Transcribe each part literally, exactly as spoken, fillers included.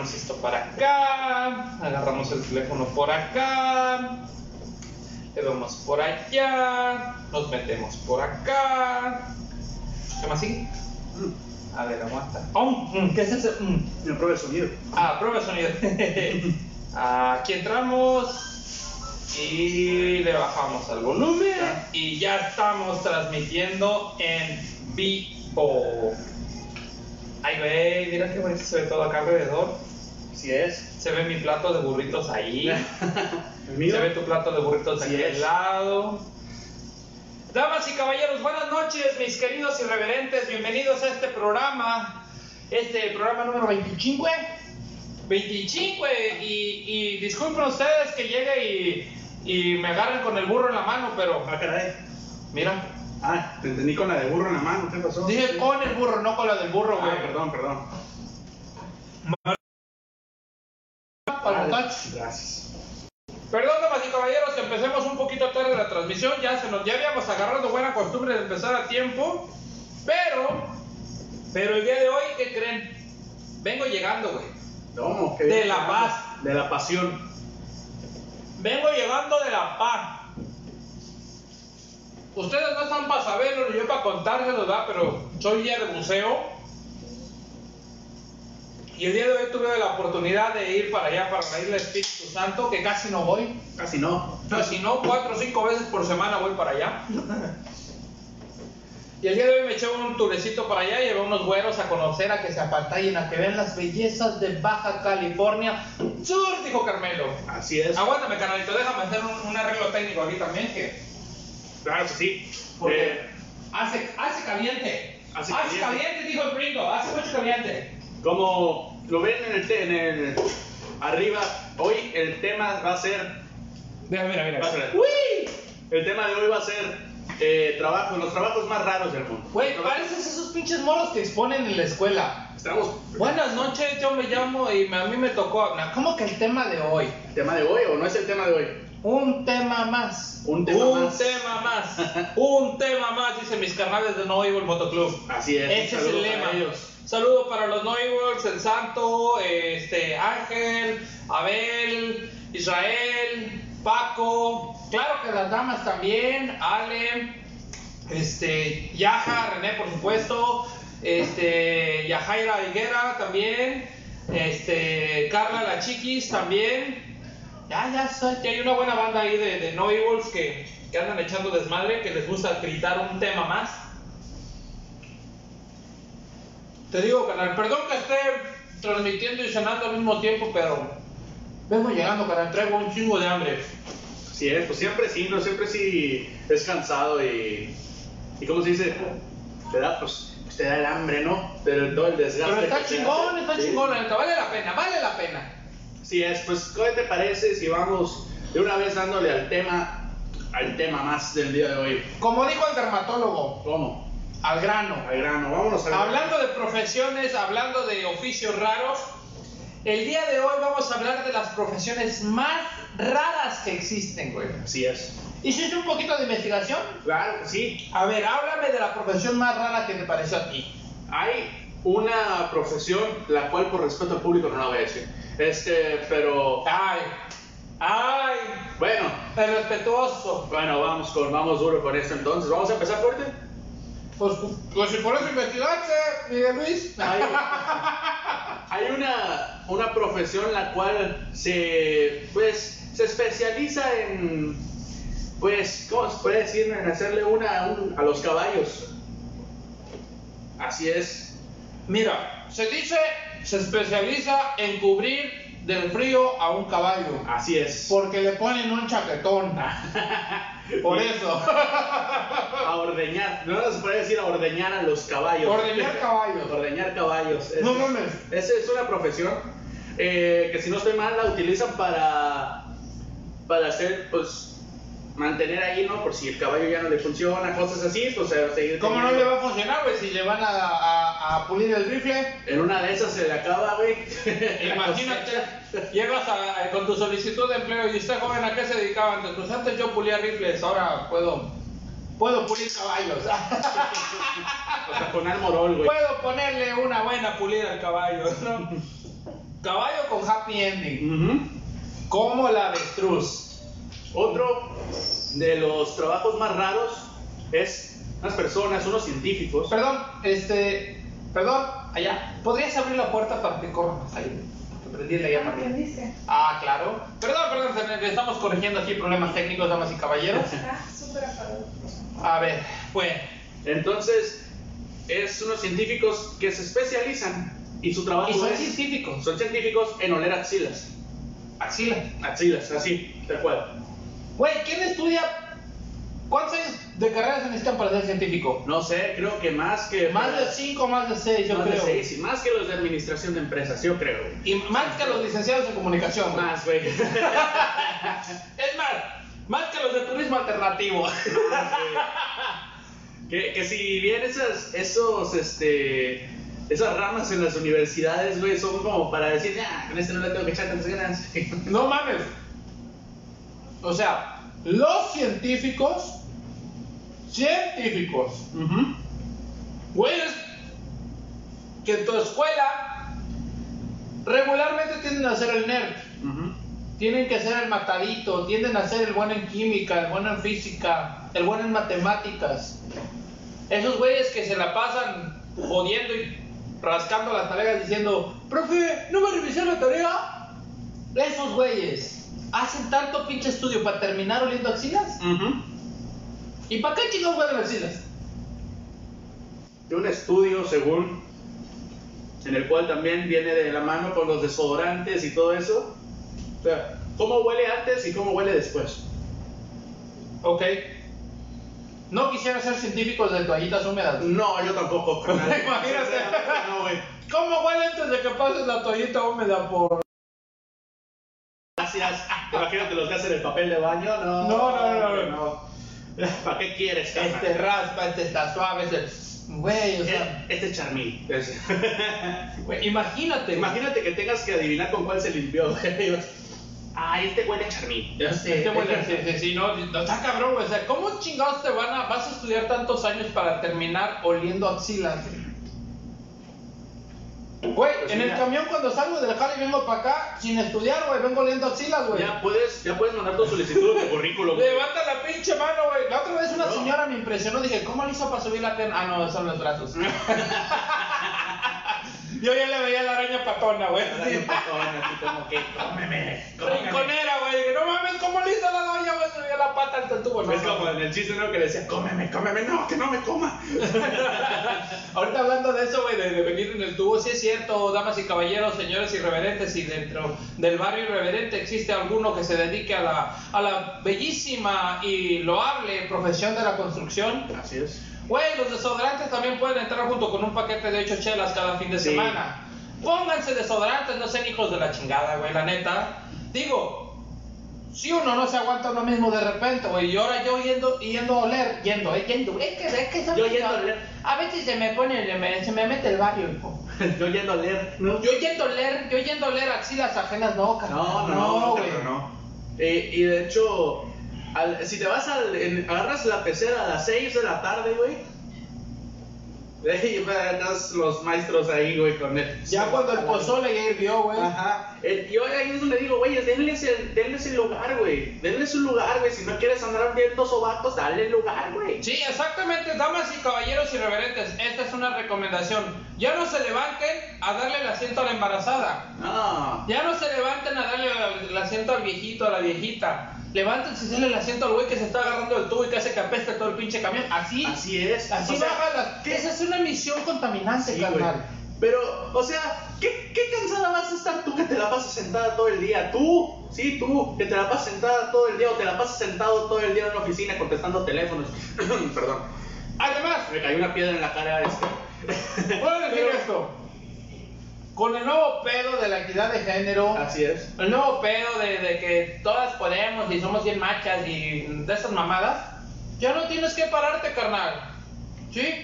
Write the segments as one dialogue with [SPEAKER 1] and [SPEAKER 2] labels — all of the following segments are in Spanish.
[SPEAKER 1] tiramos esto para acá, agarramos el teléfono por acá, le vamos por allá, nos metemos por acá. ¿Qué más sigue? Mm. A ver, aguanta. Oh, ¿qué es eso? Mm.
[SPEAKER 2] La prueba de sonido.
[SPEAKER 1] Ah, prueba de sonido. Aquí entramos y le bajamos al volumen y ya estamos transmitiendo en vivo. Ay, güey, mira qué bonito se ve todo acá alrededor.
[SPEAKER 2] Así es.
[SPEAKER 1] Se ve mi plato de burritos ahí.
[SPEAKER 2] ¿El mío?
[SPEAKER 1] Se ve tu plato de burritos
[SPEAKER 2] Así
[SPEAKER 1] aquí
[SPEAKER 2] es.
[SPEAKER 1] al lado. Damas y caballeros, buenas noches, mis queridos irreverentes. Bienvenidos a este programa. Este programa número veinticinco. veinticinco. Y, y disculpen ustedes que llegue y, y me agarren con el burro en la mano, pero.
[SPEAKER 2] Ah, caray.
[SPEAKER 1] Mira.
[SPEAKER 2] Ah, te entendí con la de burro en la mano. ¿Qué pasó?
[SPEAKER 1] Dije con el burro, no con la del burro, güey.
[SPEAKER 2] Ah, perdón, perdón.
[SPEAKER 1] Para
[SPEAKER 2] Vale,
[SPEAKER 1] touch.
[SPEAKER 2] gracias.
[SPEAKER 1] Perdón, damas y caballeros, que empecemos un poquito tarde la transmisión. Ya se nos ya habíamos agarrado buena costumbre de empezar a tiempo. Pero, pero el día de hoy, ¿qué creen? Vengo llegando, güey.
[SPEAKER 2] ¿Cómo? ¿Qué
[SPEAKER 1] De
[SPEAKER 2] viene
[SPEAKER 1] La
[SPEAKER 2] llegando?
[SPEAKER 1] Paz.
[SPEAKER 2] De La Pasión.
[SPEAKER 1] Vengo llegando de La Paz. Ustedes no están para saberlo ni yo para contárselos, ¿verdad? Pero soy guía de buceo. Y el día de hoy tuve la oportunidad de ir para allá, para la isla Espíritu Santo, que casi no voy.
[SPEAKER 2] Casi no.
[SPEAKER 1] Casi no, cuatro o cinco veces por semana voy para allá. Y el día de hoy me eché un turecito para allá y llevé unos güeros a conocer, a que se apantallen, a que vean las bellezas de Baja California Sur, dijo Carmelo.
[SPEAKER 2] Así es.
[SPEAKER 1] Aguántame, carnalito, déjame hacer un, un arreglo técnico aquí también, que
[SPEAKER 2] Claro que sí.
[SPEAKER 1] porque
[SPEAKER 2] Eh,
[SPEAKER 1] hace, hace caliente.
[SPEAKER 2] Hace
[SPEAKER 1] Hace
[SPEAKER 2] caliente.
[SPEAKER 1] caliente, dijo el gringo, hace mucho caliente.
[SPEAKER 2] como lo ven en el, te- en el arriba, hoy el tema va a ser.
[SPEAKER 1] Mira, mira, mira.
[SPEAKER 2] Va a ser-
[SPEAKER 1] ¡Uy!
[SPEAKER 2] El tema de hoy va a ser eh, trabajo, los trabajos más raros del mundo.
[SPEAKER 1] Güey, pareces esos pinches moros que exponen en la escuela.
[SPEAKER 2] Estamos.
[SPEAKER 1] Buenas noches, yo me llamo y me- a mí me tocó. ¿Cómo que el tema de hoy?
[SPEAKER 2] ¿El tema de hoy o no es el tema de hoy?
[SPEAKER 1] Un tema más.
[SPEAKER 2] Un tema
[SPEAKER 1] un
[SPEAKER 2] más.
[SPEAKER 1] tema más. Un tema más, dicen mis carnales de No Evil Motoclub.
[SPEAKER 2] Así es.
[SPEAKER 1] Ese es
[SPEAKER 2] un
[SPEAKER 1] el
[SPEAKER 2] saludo
[SPEAKER 1] lema.
[SPEAKER 2] para ellos.
[SPEAKER 1] Saludo para los No Evils, el Santo, este, Ángel, Abel, Israel, Paco. Claro que las damas también, Ale, este, Yaja, René por supuesto, este, Yajaira Higuera también, este, Carla la Chiquis también. Ya, ya, ya hay una buena banda ahí de, de No Evils que, que andan echando desmadre, que les gusta gritar un tema más. Te digo, canal, perdón que esté transmitiendo y cenando al mismo tiempo, pero vengo llegando, canal, traigo un chingo de hambre.
[SPEAKER 2] Así es, pues siempre sí, no, siempre sí es cansado y. ¿Y cómo se dice? Te da, pues, pues te da el hambre, ¿no? Pero todo el desgaste.
[SPEAKER 1] Pero está
[SPEAKER 2] que te
[SPEAKER 1] chingón,
[SPEAKER 2] hace.
[SPEAKER 1] está
[SPEAKER 2] Sí.
[SPEAKER 1] chingón, la neta, vale la pena, vale la pena.
[SPEAKER 2] Así es, pues, ¿qué te parece si vamos de una vez dándole al tema, al tema más del día de hoy?
[SPEAKER 1] Como dijo el dermatólogo,
[SPEAKER 2] ¿Cómo?
[SPEAKER 1] al grano.
[SPEAKER 2] Al grano, vámonos al grano.
[SPEAKER 1] Hablando de profesiones, hablando de oficios raros, el día de hoy vamos a hablar de las profesiones más raras que existen, güey.
[SPEAKER 2] Así es.
[SPEAKER 1] ¿Hiciste un poquito de investigación?
[SPEAKER 2] Claro que sí.
[SPEAKER 1] A ver, háblame de la profesión más rara que te pareció a ti.
[SPEAKER 2] Hay una profesión, la cual por respeto al público no la voy a decir. Este, pero.
[SPEAKER 1] Ay, ay,
[SPEAKER 2] Bueno,
[SPEAKER 1] el respetuoso.
[SPEAKER 2] bueno, vamos con, vamos duro con esto entonces. ¿Vamos a empezar fuerte?
[SPEAKER 1] Pues, pues si por eso investigaste, Miguel Luis.
[SPEAKER 2] Hay, hay una, una profesión la cual se, pues, se especializa en, pues, ¿cómo se puede decir? En hacerle una un- a los caballos. Así es.
[SPEAKER 1] Mira, se dice, se especializa en cubrir del frío a un caballo.
[SPEAKER 2] Así es.
[SPEAKER 1] Porque le ponen un chaquetón. Por eso.
[SPEAKER 2] A ordeñar. No se puede decir a ordeñar a los caballos.
[SPEAKER 1] Ordeñar caballos.
[SPEAKER 2] Ordeñar caballos.
[SPEAKER 1] No
[SPEAKER 2] Esa-
[SPEAKER 1] mames.
[SPEAKER 2] Esa es una profesión eh, que si no estoy mal la utilizan para, para hacer, pues, mantener ahí, ¿no? Por si el caballo ya no le funciona, cosas así, pues a seguir.
[SPEAKER 1] ¿Cómo no
[SPEAKER 2] teniendo.
[SPEAKER 1] le va a funcionar, güey? Si le van a, a, a pulir el rifle.
[SPEAKER 2] En una de esas se le acaba, güey. la
[SPEAKER 1] Imagínate,
[SPEAKER 2] cosecha.
[SPEAKER 1] llegas a- a- con tu solicitud de empleo y usted, joven, ¿a qué se dedicaba antes? Pues antes yo pulía rifles, ahora puedo, puedo pulir caballos.
[SPEAKER 2] O sea, con almorol, güey.
[SPEAKER 1] Puedo ponerle una buena pulida al caballo, ¿no? Caballo con happy ending.
[SPEAKER 2] Uh-huh.
[SPEAKER 1] Como el avestruz.
[SPEAKER 2] Otro de los trabajos más raros es unas personas, unos científicos.
[SPEAKER 1] Perdón, este. Perdón, allá. ¿Podrías abrir la puerta para que corra más ahí? Que prendí la llama.
[SPEAKER 3] ¿Quién dice?
[SPEAKER 1] Ah, claro. Perdón, perdón, se- estamos corrigiendo aquí problemas técnicos, damas y caballeros.
[SPEAKER 3] Ah, súper apagado.
[SPEAKER 1] A ver, bueno.
[SPEAKER 2] Entonces, es unos científicos que se especializan y su trabajo
[SPEAKER 1] Y son
[SPEAKER 2] es...
[SPEAKER 1] científicos.
[SPEAKER 2] Son científicos en oler axilas.
[SPEAKER 1] Axila.
[SPEAKER 2] Axilas, así, tal cual.
[SPEAKER 1] Güey, ¿quién estudia? ¿Cuántos años de carrera se necesitan para ser científico?
[SPEAKER 2] No sé, creo que más que...
[SPEAKER 1] Más de cinco, más de seis, yo
[SPEAKER 2] más
[SPEAKER 1] creo.
[SPEAKER 2] de seis, y más que los de administración de empresas, yo creo.
[SPEAKER 1] Y más que los licenciados en comunicación, güey.
[SPEAKER 2] Más, güey.
[SPEAKER 1] Es más, más que los de turismo alternativo.
[SPEAKER 2] Más, güey. Que, que si bien esas, esos, este, esas ramas en las universidades, güey, son como para decir, ya, con este no le tengo que echar tantas ganas.
[SPEAKER 1] No mames. O sea, los científicos, científicos,
[SPEAKER 2] Uh-huh.
[SPEAKER 1] güeyes, que en tu escuela regularmente tienden a ser el nerd.
[SPEAKER 2] Uh-huh.
[SPEAKER 1] Tienen que ser el matadito, tienden a ser el bueno en química, el bueno en física, el bueno en matemáticas. Esos güeyes que se la pasan jodiendo y rascando las tareas diciendo, profe, ¿no me revisé la tarea? Esos güeyes hacen tanto pinche estudio para terminar oliendo axilas.
[SPEAKER 2] Uh-huh.
[SPEAKER 1] ¿Y para qué chicos huelen axilas?
[SPEAKER 2] De un estudio, según, en el cual también viene de la mano con los desodorantes y todo eso. O sea, cómo huele antes y cómo huele después.
[SPEAKER 1] Ok. No quisiera ser científicos de toallitas húmedas.
[SPEAKER 2] No, yo tampoco. carnal.
[SPEAKER 1] Imagínate.
[SPEAKER 2] No, güey.
[SPEAKER 1] ¿Cómo huele antes de que pases la toallita húmeda por...?
[SPEAKER 2] Gracias. Imagínate los que hacen el papel de baño. No,
[SPEAKER 1] No, no, no, no.
[SPEAKER 2] ¿Para qué quieres, carnal?
[SPEAKER 1] Este raspa, este está suave, este... Güey, o sea...
[SPEAKER 2] Este es Charmín.
[SPEAKER 1] Güey, imagínate.
[SPEAKER 2] Imagínate que tengas que adivinar con cuál se limpió. Ah, este huele a Charmín.
[SPEAKER 1] Ya sé, este huele, sí, sí, sí, no, no, está cabrón, güey. O sea, ¿cómo chingados te van a... vas a estudiar tantos años para terminar oliendo axilas? Güey,
[SPEAKER 2] Pues
[SPEAKER 1] en
[SPEAKER 2] sí,
[SPEAKER 1] el
[SPEAKER 2] ya.
[SPEAKER 1] camión cuando salgo del jale y vengo para acá, sin estudiar, güey, vengo oliendo axilas, güey.
[SPEAKER 2] Ya puedes, ya puedes mandar tu solicitud de currículum. güey.
[SPEAKER 1] Levanta la pinche mano, güey. La otra vez una
[SPEAKER 2] No.
[SPEAKER 1] señora me impresionó. Dije, ¿cómo le hizo para subir la pierna? Ah, no, son los brazos. Yo ya le veía la araña patona, güey.
[SPEAKER 2] Araña patona, así como que, cómeme, cómeme.
[SPEAKER 1] Rinconera, güey. Dije, no mames, ¿cómo le hizo la doña, güey? Subía la pata hasta el tubo. No,
[SPEAKER 2] Es
[SPEAKER 1] no,
[SPEAKER 2] como
[SPEAKER 1] no.
[SPEAKER 2] en el chiste, ¿no? Que le decía, cómeme, cómeme, no, que no me coma.
[SPEAKER 1] Ahorita hablando de eso, güey, de, de venir en el tubo, sí es cierto, damas y caballeros, señores irreverentes, y dentro del barrio irreverente existe alguno que se dedique a la, a la bellísima y loable profesión de la construcción.
[SPEAKER 2] Así es.
[SPEAKER 1] Güey, los desodorantes también pueden entrar junto con un paquete de ocho chelas cada fin de
[SPEAKER 2] Sí.
[SPEAKER 1] semana. Pónganse desodorantes, no sean hijos de la chingada, güey, la neta. Digo, si uno no se aguanta uno mismo de repente, güey, y ahora yo yendo, yendo a oler, yendo, eh, yendo, es que, es que son
[SPEAKER 2] Yo
[SPEAKER 1] chingados.
[SPEAKER 2] yendo a oler.
[SPEAKER 1] A veces se me pone, se me, se me mete el barrio, hijo.
[SPEAKER 2] Yo yendo a leer, ¿no?
[SPEAKER 1] Yo yendo a oler, yo yendo a oler axilas ajenas, no, carnal.
[SPEAKER 2] No, no, no, no,
[SPEAKER 1] güey.
[SPEAKER 2] no, no. Eh, y de hecho, al- si te vas al, en- agarras la pecera a las seis de la tarde, güey. Y ves los maestros ahí, güey, con él.
[SPEAKER 1] Ya cuando el pozole ya hirvió, güey.
[SPEAKER 2] Ajá. El- yo ahí es donde digo, güey, denles el, denles el lugar, güey. Denles un lugar, güey. Si no quieres andar viendo sobacos, dale el lugar, güey.
[SPEAKER 1] Sí, exactamente, damas y caballeros irreverentes, esta es una recomendación. Ya no se levanten a darle el asiento a la embarazada.
[SPEAKER 2] No.
[SPEAKER 1] Ya no se levanten a darle el, el asiento al viejito, a la viejita. Levántense y denle el asiento al güey que se está agarrando el tubo y que hace que apeste todo el pinche camión. Así,
[SPEAKER 2] Así es.
[SPEAKER 1] así
[SPEAKER 2] O sea,
[SPEAKER 1] baja la...
[SPEAKER 2] ¿qué?
[SPEAKER 1] Esa es una misión contaminante,
[SPEAKER 2] Sí,
[SPEAKER 1] carnal.
[SPEAKER 2] güey. Pero, o sea, ¿qué, ¿qué cansada vas a estar tú que te la pasas sentada todo el día? Tú, sí, tú, que te la pasas sentada todo el día o te la pasas sentado todo el día en una oficina contestando teléfonos. Perdón.
[SPEAKER 1] Además,
[SPEAKER 2] Me cayó una piedra en la cara este.
[SPEAKER 1] puedo decir
[SPEAKER 2] Pero-
[SPEAKER 1] esto. Con el nuevo pedo de la equidad de género,
[SPEAKER 2] Así es.
[SPEAKER 1] el nuevo pedo de, de que todas podemos y somos bien machas y de esas mamadas, ya no tienes que pararte, carnal. ¿Sí?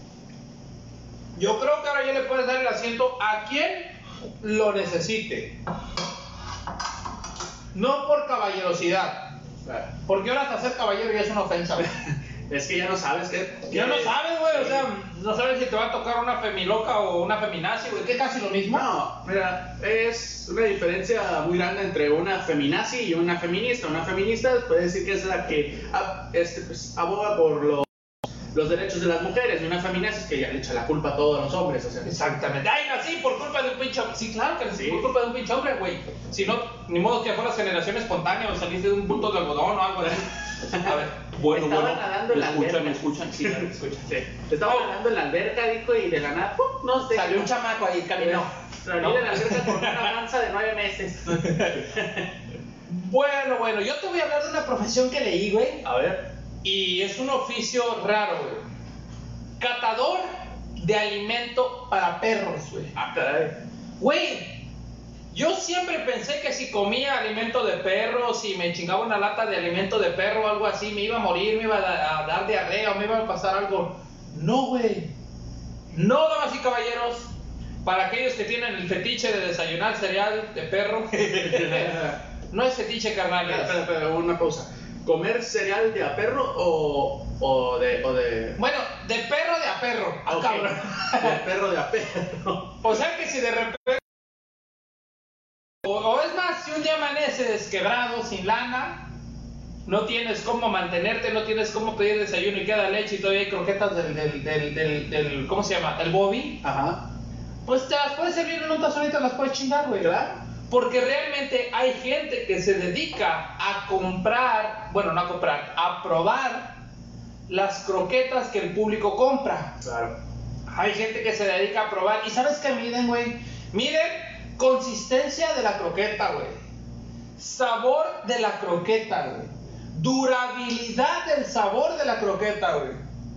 [SPEAKER 1] Yo creo que ahora ya le puedes dar el asiento a quien lo necesite. No por caballerosidad. Porque ahora hasta ser caballero ya es una ofensa.
[SPEAKER 2] Es que ya no sabes qué.
[SPEAKER 1] Ya no
[SPEAKER 2] qué-
[SPEAKER 1] sabes, güey, o sea, no sabes si te va a tocar una femiloca o una feminazi, güey, que es casi lo mismo.
[SPEAKER 2] No, mira, es una diferencia muy grande entre una feminazi y una feminista. Una feminista puede decir que es la que ah, este, pues, aboga por los, los derechos de las mujeres, y una feminazi es que ya le echa la culpa a todos los hombres. O sea,
[SPEAKER 1] Exactamente. Ay, nací por culpa de un pinche hombre. Sí, claro que nací
[SPEAKER 2] Sí.
[SPEAKER 1] por culpa de un pinche hombre, güey. Si no, ni modo que fueras generación espontánea o saliste de un punto de algodón o algo así. A ver, bueno,
[SPEAKER 2] Estaba
[SPEAKER 1] bueno.
[SPEAKER 2] nadando en
[SPEAKER 1] ¿Me
[SPEAKER 2] la
[SPEAKER 1] escuchan,
[SPEAKER 2] alberca.
[SPEAKER 1] me escuchan? Sí, claro, me escuchan.
[SPEAKER 2] Sí. Estaba nadando en la alberca, dijo, y de la nada, ¡pum! No sé.
[SPEAKER 1] Salió un chamaco ahí, caminó.
[SPEAKER 2] Salí
[SPEAKER 1] ¿No?
[SPEAKER 2] de la alberca con una panza de nueve meses.
[SPEAKER 1] Bueno, bueno, yo te voy a hablar de una profesión que leí, güey.
[SPEAKER 2] A ver.
[SPEAKER 1] Y es un oficio raro, güey. Catador de alimento para perros, güey.
[SPEAKER 2] Ah, caray.
[SPEAKER 1] Güey, yo siempre pensé que si comía alimento de perro, si me chingaba una lata de alimento de perro o algo así, me iba a morir, me iba a da- a dar diarrea o me iba a pasar algo. No, güey. No, damas y caballeros. Para aquellos que tienen el fetiche de desayunar cereal de perro, no es fetiche, carnal.
[SPEAKER 2] Espera, espera, espera, una pausa. ¿Comer cereal de a perro o, o de. O de...
[SPEAKER 1] Bueno, de perro de a perro. Ah,
[SPEAKER 2] Ok.
[SPEAKER 1] cabrón.
[SPEAKER 2] De perro de a perro.
[SPEAKER 1] O sea que si de repente. O, o es más, si un día amaneces quebrado, sin lana, no tienes cómo mantenerte, no tienes cómo pedir desayuno y queda leche y todavía hay croquetas del. del, del, del, del- ¿Cómo se llama? El Bobby.
[SPEAKER 2] Ajá.
[SPEAKER 1] Pues te las puedes servir en un tazón y te las puedes chingar, güey.
[SPEAKER 2] Claro.
[SPEAKER 1] Porque realmente hay gente que se dedica a comprar, bueno, no a comprar, a probar las croquetas que el público compra.
[SPEAKER 2] Claro.
[SPEAKER 1] Hay gente que se dedica a probar. ¿Y sabes qué miden, güey? Miden consistencia de la croqueta, güey. Sabor de la croqueta, güey. Durabilidad del sabor de la croqueta, güey.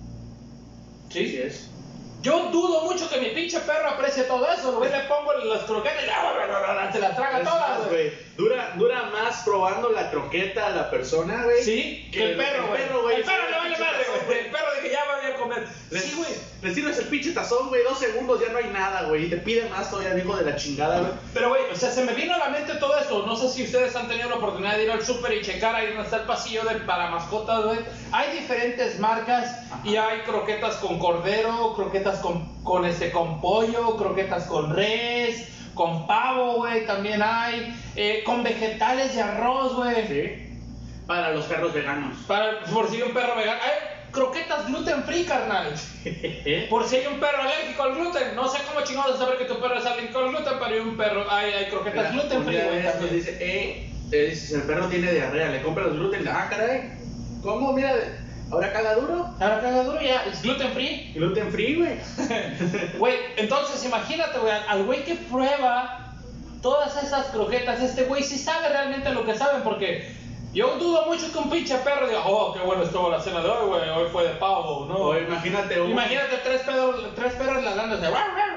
[SPEAKER 2] Sí, sí es.
[SPEAKER 1] Yo dudo mucho que mi pinche perro aprecie todo eso, güey. Le pongo las croquetas y se las traga
[SPEAKER 2] Es
[SPEAKER 1] todas,
[SPEAKER 2] más,
[SPEAKER 1] güey.
[SPEAKER 2] güey. Dura, dura más probando la croqueta a la persona, güey.
[SPEAKER 1] Sí, que el perro, güey.
[SPEAKER 2] El perro, güey.
[SPEAKER 1] El perro le vale
[SPEAKER 2] pinche
[SPEAKER 1] madre,
[SPEAKER 2] tazón,
[SPEAKER 1] güey. El perro de que ya me voy a comer.
[SPEAKER 2] Le-
[SPEAKER 1] Sí, güey.
[SPEAKER 2] Le sirves el pinche tazón, güey, dos segundos, ya no hay nada, güey. Y te pide más todavía, hijo de la chingada, güey.
[SPEAKER 1] Pero, güey, o sea, se me vino a la mente todo esto. No sé si ustedes han tenido la oportunidad de ir al súper y checar ahí donde está el pasillo de para mascotas, güey. Hay diferentes marcas y hay croquetas con cordero, croquetas con, con, este, con pollo, croquetas con res, con pavo, güey, también hay. eh, con vegetales y arroz, güey.
[SPEAKER 2] Sí. Para los perros veganos.
[SPEAKER 1] Para, por si hay un perro vegano. Hay croquetas gluten free, carnal. Por si hay un perro alérgico al gluten. No sé cómo chingados saber que tu perro es alérgico al gluten, pero hay un perro, hay, hay croquetas
[SPEAKER 2] Mira,
[SPEAKER 1] gluten
[SPEAKER 2] un
[SPEAKER 1] free,
[SPEAKER 2] día
[SPEAKER 1] güey,
[SPEAKER 2] de estos
[SPEAKER 1] también.
[SPEAKER 2] dice, eh, eh, dice, si el perro tiene diarrea, le compra los gluten. Ah, caray. ¿Cómo? Mira, ahora caga duro.
[SPEAKER 1] Ahora caga duro ya, es gluten free.
[SPEAKER 2] Gluten free, güey.
[SPEAKER 1] Güey, entonces imagínate, güey, al güey que prueba todas esas croquetas, este güey sí sabe realmente lo que saben, porque yo dudo mucho que un pinche perro diga, oh, qué bueno estuvo la cena de hoy, güey, hoy fue de pavo, ¿no?
[SPEAKER 2] O imagínate un...
[SPEAKER 1] Imagínate tres perros, tres perros ladrándose,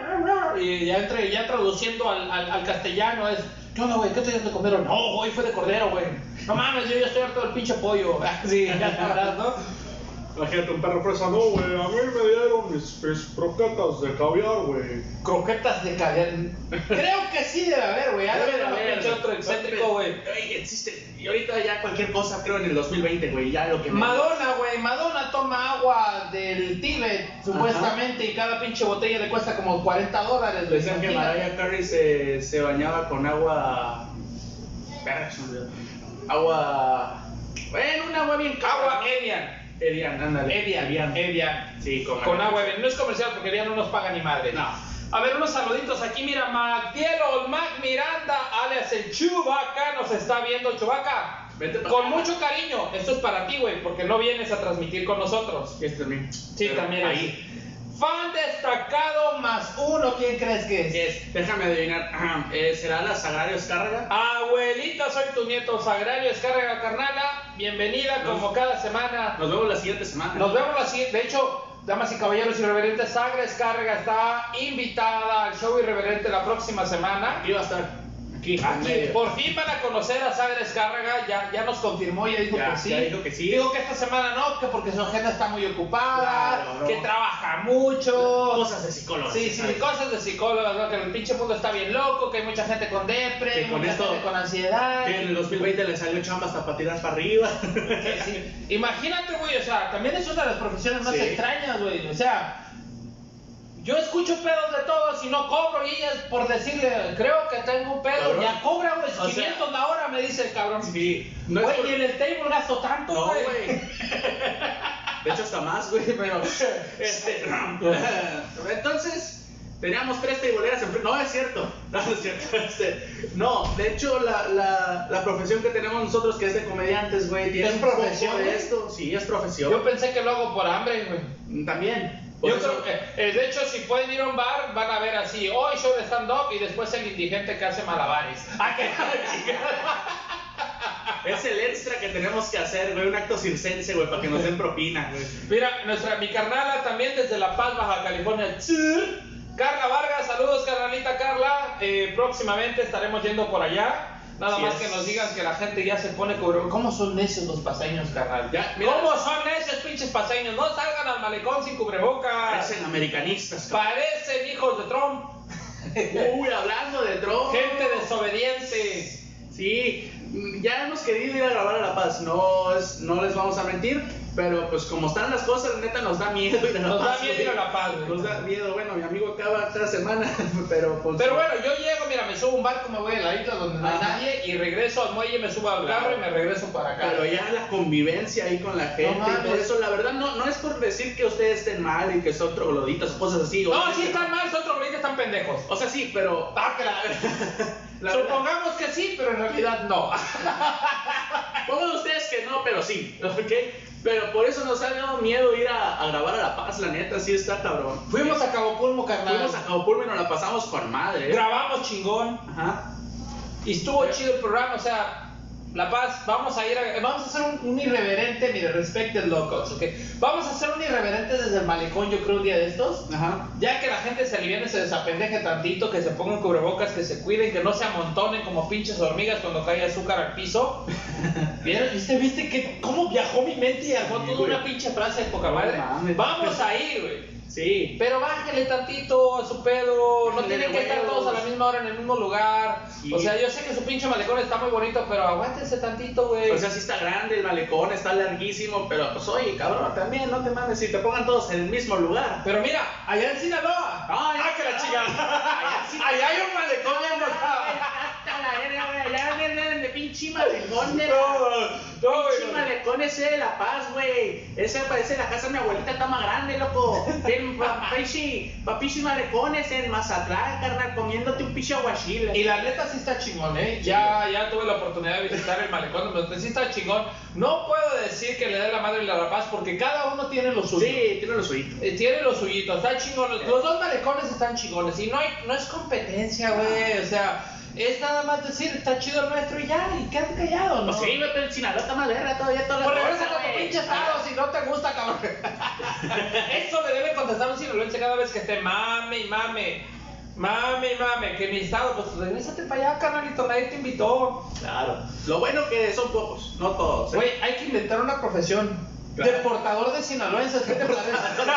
[SPEAKER 1] y ya, entre, ya traduciendo al, al, al castellano es, ¿qué onda, güey? ¿Qué te dieron de comer? No, hoy fue de cordero, güey. No mames, yo ya estoy harto del pinche pollo. Sí, ya sabrás, ¿no?
[SPEAKER 2] Imagínate un perro fresa, no, güey, a mí me dieron mis, mis croquetas de caviar, güey.
[SPEAKER 1] Croquetas de caviar. Creo que sí debe haber, güey. Ha de haber un
[SPEAKER 2] haber,
[SPEAKER 1] pinche otro excéntrico, güey.
[SPEAKER 2] Güey, existe. Y ahorita ya cualquier cosa, creo, en el dos mil veinte, güey, ya lo que me...
[SPEAKER 1] Madonna, güey. Madonna toma agua del Tíbet, supuestamente, y cada pinche botella le cuesta como cuarenta dólares, güey.
[SPEAKER 2] Decían que
[SPEAKER 1] Imagínate.
[SPEAKER 2] Mariah Carey se, se bañaba con agua... Verga, se me olvidó. Agua... Bueno, un agua bien cara.
[SPEAKER 1] Agua Evian.
[SPEAKER 2] Evian, ándale.
[SPEAKER 1] Evian. Evian.
[SPEAKER 2] Sí, con,
[SPEAKER 1] Con agua Evian. No es comercial porque Evian no nos paga ni madre.
[SPEAKER 2] No.
[SPEAKER 1] A ver, unos saluditos aquí. Mira, Magdielo, Mac Miranda, alias el Chubaca, nos está viendo. Chubaca,
[SPEAKER 2] Vete pa'
[SPEAKER 1] con
[SPEAKER 2] acá.
[SPEAKER 1] mucho cariño. Esto es para ti, güey, porque no vienes a transmitir con nosotros.
[SPEAKER 2] Este también.
[SPEAKER 1] Sí,
[SPEAKER 2] Pero
[SPEAKER 1] también.
[SPEAKER 2] ahí.
[SPEAKER 1] Fan destacado más uno, ¿quién crees que es?
[SPEAKER 2] Es, déjame adivinar, ajá, eh, ¿será la Sagrario Escárraga?
[SPEAKER 1] Abuelita, soy tu nieto, Sagrario Escárraga Carnala. Bienvenida
[SPEAKER 2] Nos-
[SPEAKER 1] como cada semana.
[SPEAKER 2] Nos vemos la siguiente semana.
[SPEAKER 1] Nos vemos la siguiente. De hecho, damas y caballeros irreverentes, Sagra Escárraga está invitada al show irreverente la próxima semana.
[SPEAKER 2] Aquí va a estar. Aquí, en
[SPEAKER 1] Aquí,
[SPEAKER 2] medio.
[SPEAKER 1] por fin van a conocer a Saga Descárraga, ya, ya nos confirmó, ya dijo
[SPEAKER 2] Ya,
[SPEAKER 1] que sí.
[SPEAKER 2] ya dijo que sí.
[SPEAKER 1] Digo que esta semana no, que porque su agenda está muy ocupada,
[SPEAKER 2] Claro, no.
[SPEAKER 1] que trabaja mucho.
[SPEAKER 2] Cosas de psicólogos.
[SPEAKER 1] Sí, sí,
[SPEAKER 2] ¿sabes?
[SPEAKER 1] cosas de psicólogas, ¿no? Que el pinche mundo está bien loco, que hay mucha gente con depre,
[SPEAKER 2] Que con
[SPEAKER 1] mucha
[SPEAKER 2] esto-
[SPEAKER 1] gente con ansiedad.
[SPEAKER 2] Que en el dos mil veinte le salió chamba hasta para tirar para arriba.
[SPEAKER 1] Sí, sí. Imagínate, güey, o sea, también es una de las profesiones más
[SPEAKER 2] Sí.
[SPEAKER 1] extrañas, güey. O sea, yo escucho pedos de todos y no cobro, y ella por decirle, creo que tengo un pedo,
[SPEAKER 2] Cabrón.
[SPEAKER 1] ya cobra, güey,
[SPEAKER 2] O sea,
[SPEAKER 1] quinientos la hora, me dice el cabrón.
[SPEAKER 2] Sí, no es
[SPEAKER 1] Güey,
[SPEAKER 2] por-
[SPEAKER 1] y en el table gasto tanto,
[SPEAKER 2] No,
[SPEAKER 1] güey.
[SPEAKER 2] güey. De hecho, hasta más, güey, pero. Este, entonces, teníamos tres teiboleras en frente. No, es cierto. No, es cierto. Este, no, de hecho, la, la, la profesión que tenemos nosotros, que es de comediantes, güey, tiene
[SPEAKER 1] ¿Es
[SPEAKER 2] un poco
[SPEAKER 1] profesión,
[SPEAKER 2] de
[SPEAKER 1] güey?
[SPEAKER 2] esto. Sí, es profesión.
[SPEAKER 1] Yo pensé que lo hago por hambre, güey.
[SPEAKER 2] También. Por
[SPEAKER 1] Yo
[SPEAKER 2] eso-
[SPEAKER 1] creo que, eh, de hecho, si pueden ir a un bar, van a ver así, hoy show de stand-up y después el indigente que hace malabares. ¡Ah, qué
[SPEAKER 2] Es el extra que tenemos que hacer, güey, un acto circense, güey, para que nos den propina, güey.
[SPEAKER 1] Mira, nuestra, mi carnala también desde La Paz, Baja California. Tsur. Carla Vargas, saludos carnalita Carla. Eh, próximamente estaremos yendo por allá. Nada
[SPEAKER 2] Así
[SPEAKER 1] más
[SPEAKER 2] es.
[SPEAKER 1] que nos digan que la gente ya se pone cubre. ¿Cómo son necios los paseños, carnal?
[SPEAKER 2] Ya, mira.
[SPEAKER 1] ¿Cómo son necios, pinches paseños? No salgan al malecón sin cubrebocas.
[SPEAKER 2] Parecen americanistas, cabrón.
[SPEAKER 1] Parecen hijos de Trump.
[SPEAKER 2] Uy, hablando de drogas.
[SPEAKER 1] Gente desobediente.
[SPEAKER 2] Sí, ya hemos querido ir a grabar a La Paz, no, es, no les vamos a mentir, pero pues como están las cosas, neta nos da miedo ir a La
[SPEAKER 1] Nos
[SPEAKER 2] Paz.
[SPEAKER 1] da miedo
[SPEAKER 2] güey.
[SPEAKER 1] ir a La Paz, güey.
[SPEAKER 2] Nos da miedo, bueno, mi amigo acaba cada semana, pero pues...
[SPEAKER 1] Pero bueno, yo llego, mira, me subo a un barco, me voy a la isla donde no hay
[SPEAKER 2] Ajá.
[SPEAKER 1] nadie y regreso al muelle, me subo al
[SPEAKER 2] Claro.
[SPEAKER 1] carro y me regreso para acá.
[SPEAKER 2] Pero ya la convivencia ahí con la gente
[SPEAKER 1] No
[SPEAKER 2] y todo
[SPEAKER 1] mames.
[SPEAKER 2] eso, la verdad no, no es por decir que ustedes estén mal y que son trogloditas o cosas así.
[SPEAKER 1] No,
[SPEAKER 2] obviamente
[SPEAKER 1] sí están mal, son trogloditas, están pendejos.
[SPEAKER 2] O sea, sí, pero...
[SPEAKER 1] Ah, que la...
[SPEAKER 2] La verdad-
[SPEAKER 1] Supongamos que sí, pero en realidad no.
[SPEAKER 2] Pongan ustedes que no, pero sí, ¿ok? Pero por eso nos ha dado miedo ir a, a grabar a La Paz, la neta, sí está cabrón.
[SPEAKER 1] Fuimos a Cabo Pulmo, carnal.
[SPEAKER 2] Fuimos a Cabo Pulmo y nos la pasamos con madre, ¿eh?
[SPEAKER 1] Grabamos chingón.
[SPEAKER 2] Ajá.
[SPEAKER 1] Y estuvo chido el programa, o sea, La Paz, vamos a ir a, vamos a hacer un, un irreverente, mire, respected locos, ¿ok? Vamos a hacer un irreverente desde el malecón, yo creo, un día de estos.
[SPEAKER 2] Ajá.
[SPEAKER 1] Ya que la gente se aliviane, se desapendeje tantito, que se pongan cubrebocas, que se cuiden, que no se amontonen como pinches hormigas cuando cae azúcar al piso. ¿Vieron? ¿Viste, viste que cómo viajó mi mente y armó
[SPEAKER 2] Sí,
[SPEAKER 1] toda
[SPEAKER 2] güey.
[SPEAKER 1] una pinche frase de poca
[SPEAKER 2] No
[SPEAKER 1] madre?
[SPEAKER 2] mames.
[SPEAKER 1] Vamos a ir, güey.
[SPEAKER 2] Sí.
[SPEAKER 1] Pero bájale tantito a su pedo, no
[SPEAKER 2] Bájale
[SPEAKER 1] tienen
[SPEAKER 2] de
[SPEAKER 1] que estar
[SPEAKER 2] huevos.
[SPEAKER 1] todos a la misma hora en el mismo lugar.
[SPEAKER 2] Sí.
[SPEAKER 1] O sea, yo sé que su pinche malecón está muy bonito, pero aguántense tantito, güey.
[SPEAKER 2] O sea, sí está grande el malecón, está larguísimo, pero pues oye, cabrón, también no te mames si te pongan todos en el mismo lugar.
[SPEAKER 1] Pero mira, allá en Sinaloa.
[SPEAKER 2] Ay,
[SPEAKER 1] ¡Ah, que la chica! Allá hay un malecón bien botado.
[SPEAKER 2] Hasta la verga, güey, allá venden de pinche malecón de la...
[SPEAKER 1] No, no,
[SPEAKER 2] Pinche
[SPEAKER 1] güey.
[SPEAKER 2] malecón ese de La Paz, güey. Ese parece la casa de mi abuelita, está más grande, loco. Ten papichi, papichi malecones en Mazatlán, carnal, comiéndote un pinche aguachile.
[SPEAKER 1] Y la neta sí está chingón, ¿eh? Ya, ya tuve la oportunidad de visitar el malecón, pero sí está chingón. No puedo decir que le dé la madre y la paz, porque cada uno tiene lo suyo.
[SPEAKER 2] Sí, tiene los suyitos.
[SPEAKER 1] Eh, Tiene lo suyito, está chingón. Los, los dos malecones están chingones. Y no, hay, no es competencia, güey. O sea, es nada más decir, está chido el nuestro y ya, y quédate callado, ¿no?
[SPEAKER 2] Pues sí, güey, pero el Sinaloa está más verga todavía toda la
[SPEAKER 1] Pues
[SPEAKER 2] cosa,
[SPEAKER 1] regresa a tu
[SPEAKER 2] güey.
[SPEAKER 1] pinche estado si no te gusta, cabrón. Eso le debe contestar un sinaloense cada vez que esté mame y mame. Mame y mame, que mi estado, pues regrésate para allá, carnalito, nadie te invitó.
[SPEAKER 2] Claro. Lo bueno que son pocos, no todos. ¿eh?
[SPEAKER 1] Güey, hay que inventar una profesión.
[SPEAKER 2] Claro.
[SPEAKER 1] Deportador de sinaloenses, ¿qué te parece?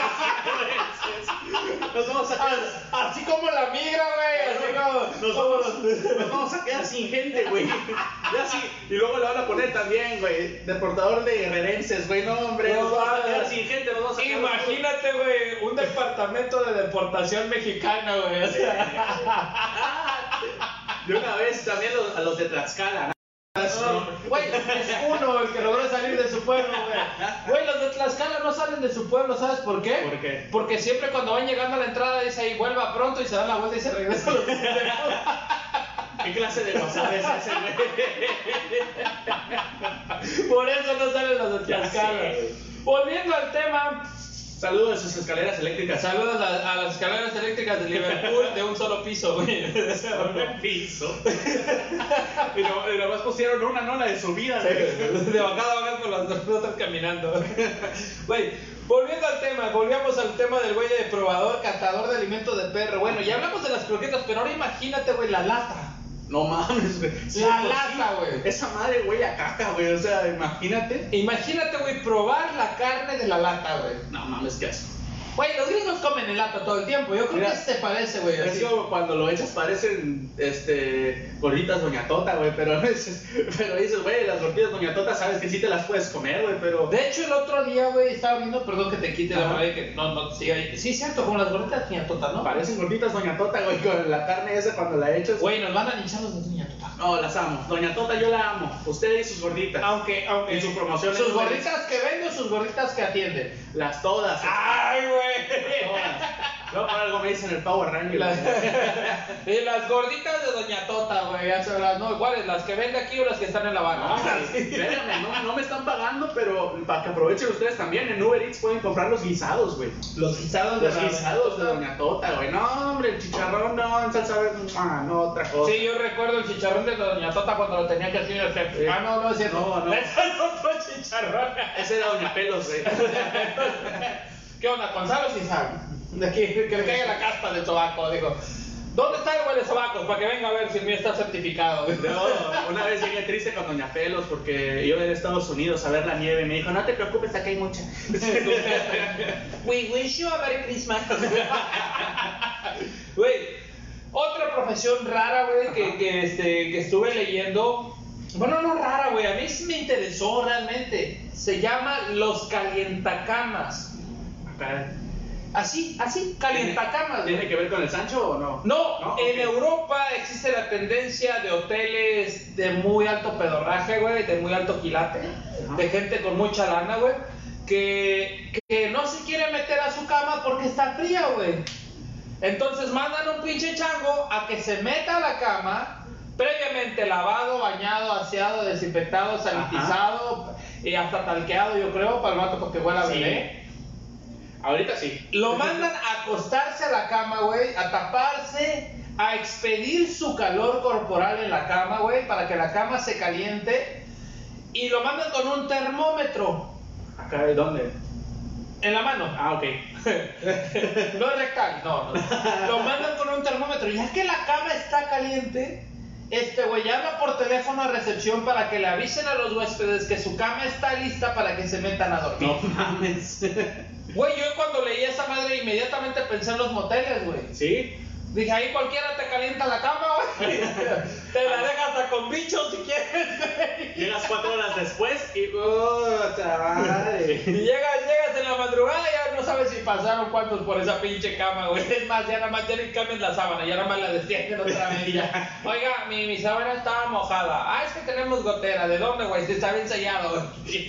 [SPEAKER 2] Nos vamos a quedar,
[SPEAKER 1] Así como la migra, güey. Así como.
[SPEAKER 2] nos vamos, nos vamos a quedar sin gente, güey. Ya sí. Y luego le van a poner también, güey, deportador de guerrerenses, güey. No, hombre,
[SPEAKER 1] No,
[SPEAKER 2] nos vamos a
[SPEAKER 1] vale.
[SPEAKER 2] quedar sin gente, nos vamos a quedar.
[SPEAKER 1] Imagínate, güey, un departamento de deportación mexicana, güey. O sea.
[SPEAKER 2] De una vez también los, a los de Tlaxcala, ¿no?
[SPEAKER 1] No, güey, es uno el que logró salir de su pueblo, güey. Güey, los de Tlaxcala no salen de su pueblo, ¿sabes por qué?
[SPEAKER 2] ¿Por qué?
[SPEAKER 1] Porque siempre cuando van llegando a la entrada dice ahí, vuelva pronto y se dan la vuelta y se regresa a los
[SPEAKER 2] ¿Qué clase de WhatsApp es ese, güey?
[SPEAKER 1] Por eso no salen los de
[SPEAKER 2] Ya
[SPEAKER 1] Tlaxcala.
[SPEAKER 2] sé.
[SPEAKER 1] Volviendo al tema,
[SPEAKER 2] Saludos a sus escaleras eléctricas.
[SPEAKER 1] saludos a, a las escaleras eléctricas de Liverpool de un solo piso, güey.
[SPEAKER 2] Solo piso. Y, no, y nomás pusieron una, no la de subida, güey.
[SPEAKER 1] De bajada a bajada con las dos otras caminando. Güey, volviendo al tema, volvíamos al tema del güey de probador, catador de alimentos de perro. Bueno, ya hablamos de las croquetas, pero ahora imagínate, güey, la lata.
[SPEAKER 2] No mames, güey. Sí,
[SPEAKER 1] La
[SPEAKER 2] pues,
[SPEAKER 1] lata,
[SPEAKER 2] sí.
[SPEAKER 1] güey.
[SPEAKER 2] Esa madre huele a caca, güey. O sea, imagínate.
[SPEAKER 1] Imagínate, güey, probar la carne de la lata, güey.
[SPEAKER 2] No mames, qué asco.
[SPEAKER 1] Güey, los gringos comen en lata todo el tiempo. Yo creo
[SPEAKER 2] Mira,
[SPEAKER 1] que se parece, güey.
[SPEAKER 2] Es
[SPEAKER 1] así.
[SPEAKER 2] como cuando lo echas parecen este, gorditas Doña Tota, güey. Pero, pero dices, güey, las gorditas Doña Tota sabes que sí te las puedes comer, güey. Pero.
[SPEAKER 1] De hecho, el otro día, güey, estaba viendo, perdón que te quite la
[SPEAKER 2] Ajá.
[SPEAKER 1] palabra y que no, no, siga ahí. Sí, es cierto, como las gorditas de Doña Tota, ¿no?
[SPEAKER 2] Parecen gorditas Doña Tota, güey. Con la carne esa cuando la echas.
[SPEAKER 1] Güey, nos van a linchar los de Doña Tota.
[SPEAKER 2] No, las amo. Doña Tota yo la amo. Usted y sus gorditas.
[SPEAKER 1] Aunque, aunque.
[SPEAKER 2] Y su promoción
[SPEAKER 1] Sus
[SPEAKER 2] es-
[SPEAKER 1] gorditas que vende o sus gorditas que atienden.
[SPEAKER 2] Las todas.
[SPEAKER 1] ¡Ay, güey!
[SPEAKER 2] Todas. Luego por algo me dicen el Power Ranger.
[SPEAKER 1] Las,
[SPEAKER 2] güey.
[SPEAKER 1] y las gorditas de Doña Tota, güey, ya sabrás, ¿no? ¿Cuáles? ¿Las que vende aquí o las que están en la
[SPEAKER 2] No,
[SPEAKER 1] banca?
[SPEAKER 2] güey, espérame, no, no me están pagando, pero para que aprovechen ustedes también, en Uber Eats pueden comprar los guisados, güey.
[SPEAKER 1] Los guisados de
[SPEAKER 2] Los
[SPEAKER 1] la-
[SPEAKER 2] guisados de Doña Tota, güey. No, hombre, el chicharrón no, en salsa verde, ah, no, otra cosa.
[SPEAKER 1] Sí, yo recuerdo el chicharrón de Doña Tota cuando lo tenía que decir el jefe.
[SPEAKER 2] Sí.
[SPEAKER 1] Ah, no, no es cierto.
[SPEAKER 2] No, no.
[SPEAKER 1] Ese es otro chicharrón.
[SPEAKER 2] Ese era Doña Pelos, güey.
[SPEAKER 1] ¿Qué onda? Gonzalo sí sabe. De aquí, que le caiga la caspa del sobaco, digo. ¿Dónde está el güey de sobacos? Para que venga a ver si el mío está certificado.
[SPEAKER 2] Luego, una vez llegué triste con Doña Pelos porque yo en Estados Unidos a ver la nieve y me dijo, no te preocupes, aquí hay mucha.
[SPEAKER 1] We wish you a Merry Christmas. Güey, otra profesión rara, güey, que, que, este, que estuve leyendo. Bueno, no rara, güey, a mí sí me interesó realmente. Se llama los calientacamas.
[SPEAKER 2] Acá,
[SPEAKER 1] Así, así, calientacamas, güey.
[SPEAKER 2] ¿tiene que ver con el Sancho o no?
[SPEAKER 1] No,
[SPEAKER 2] No,
[SPEAKER 1] en
[SPEAKER 2] ok.
[SPEAKER 1] Europa existe la tendencia de hoteles de muy alto pedorraje, güey, de muy alto quilate,
[SPEAKER 2] Ajá.
[SPEAKER 1] de gente con mucha lana, güey, que, que no se quiere meter a su cama porque está fría, güey. Entonces mandan un pinche chango a que se meta a la cama, previamente lavado, bañado, aseado, desinfectado, sanitizado y hasta talqueado, yo creo, para el vato porque huele a
[SPEAKER 2] Sí.
[SPEAKER 1] bebé.
[SPEAKER 2] Ahorita sí.
[SPEAKER 1] Lo mandan a acostarse a la cama, güey, a taparse, a expedir su calor corporal en la cama, güey, para que la cama se caliente. Y lo mandan con un termómetro
[SPEAKER 2] ¿Acá de dónde?
[SPEAKER 1] en la mano.
[SPEAKER 2] Ah, ok.
[SPEAKER 1] No es rectal, no, no. Lo mandan con un termómetro. Y ya que la cama está caliente, este güey llama por teléfono a recepción para que le avisen a los huéspedes que su cama está lista para que se metan a dormir.
[SPEAKER 2] No mames.
[SPEAKER 1] Güey, yo cuando leí esa madre inmediatamente pensé en los moteles, güey.
[SPEAKER 2] ¿Sí?
[SPEAKER 1] Dije, ahí cualquiera te calienta la cama, güey. Te la dejas hasta con bichos si quieres, güey.
[SPEAKER 2] Llegas cuatro horas después y... ¡Oh, madre!
[SPEAKER 1] Y llegas, llegas en la madrugada y ya no sabes si pasaron cuántos por esa pinche cama, güey. Es más, ya nada más ya ni cambian la sábana, ya nada más la destienden otra vez. Ya. Oiga, mi, mi sábana estaba mojada. Ah, es que tenemos gotera. ¿De dónde, güey? Si está bien sellado.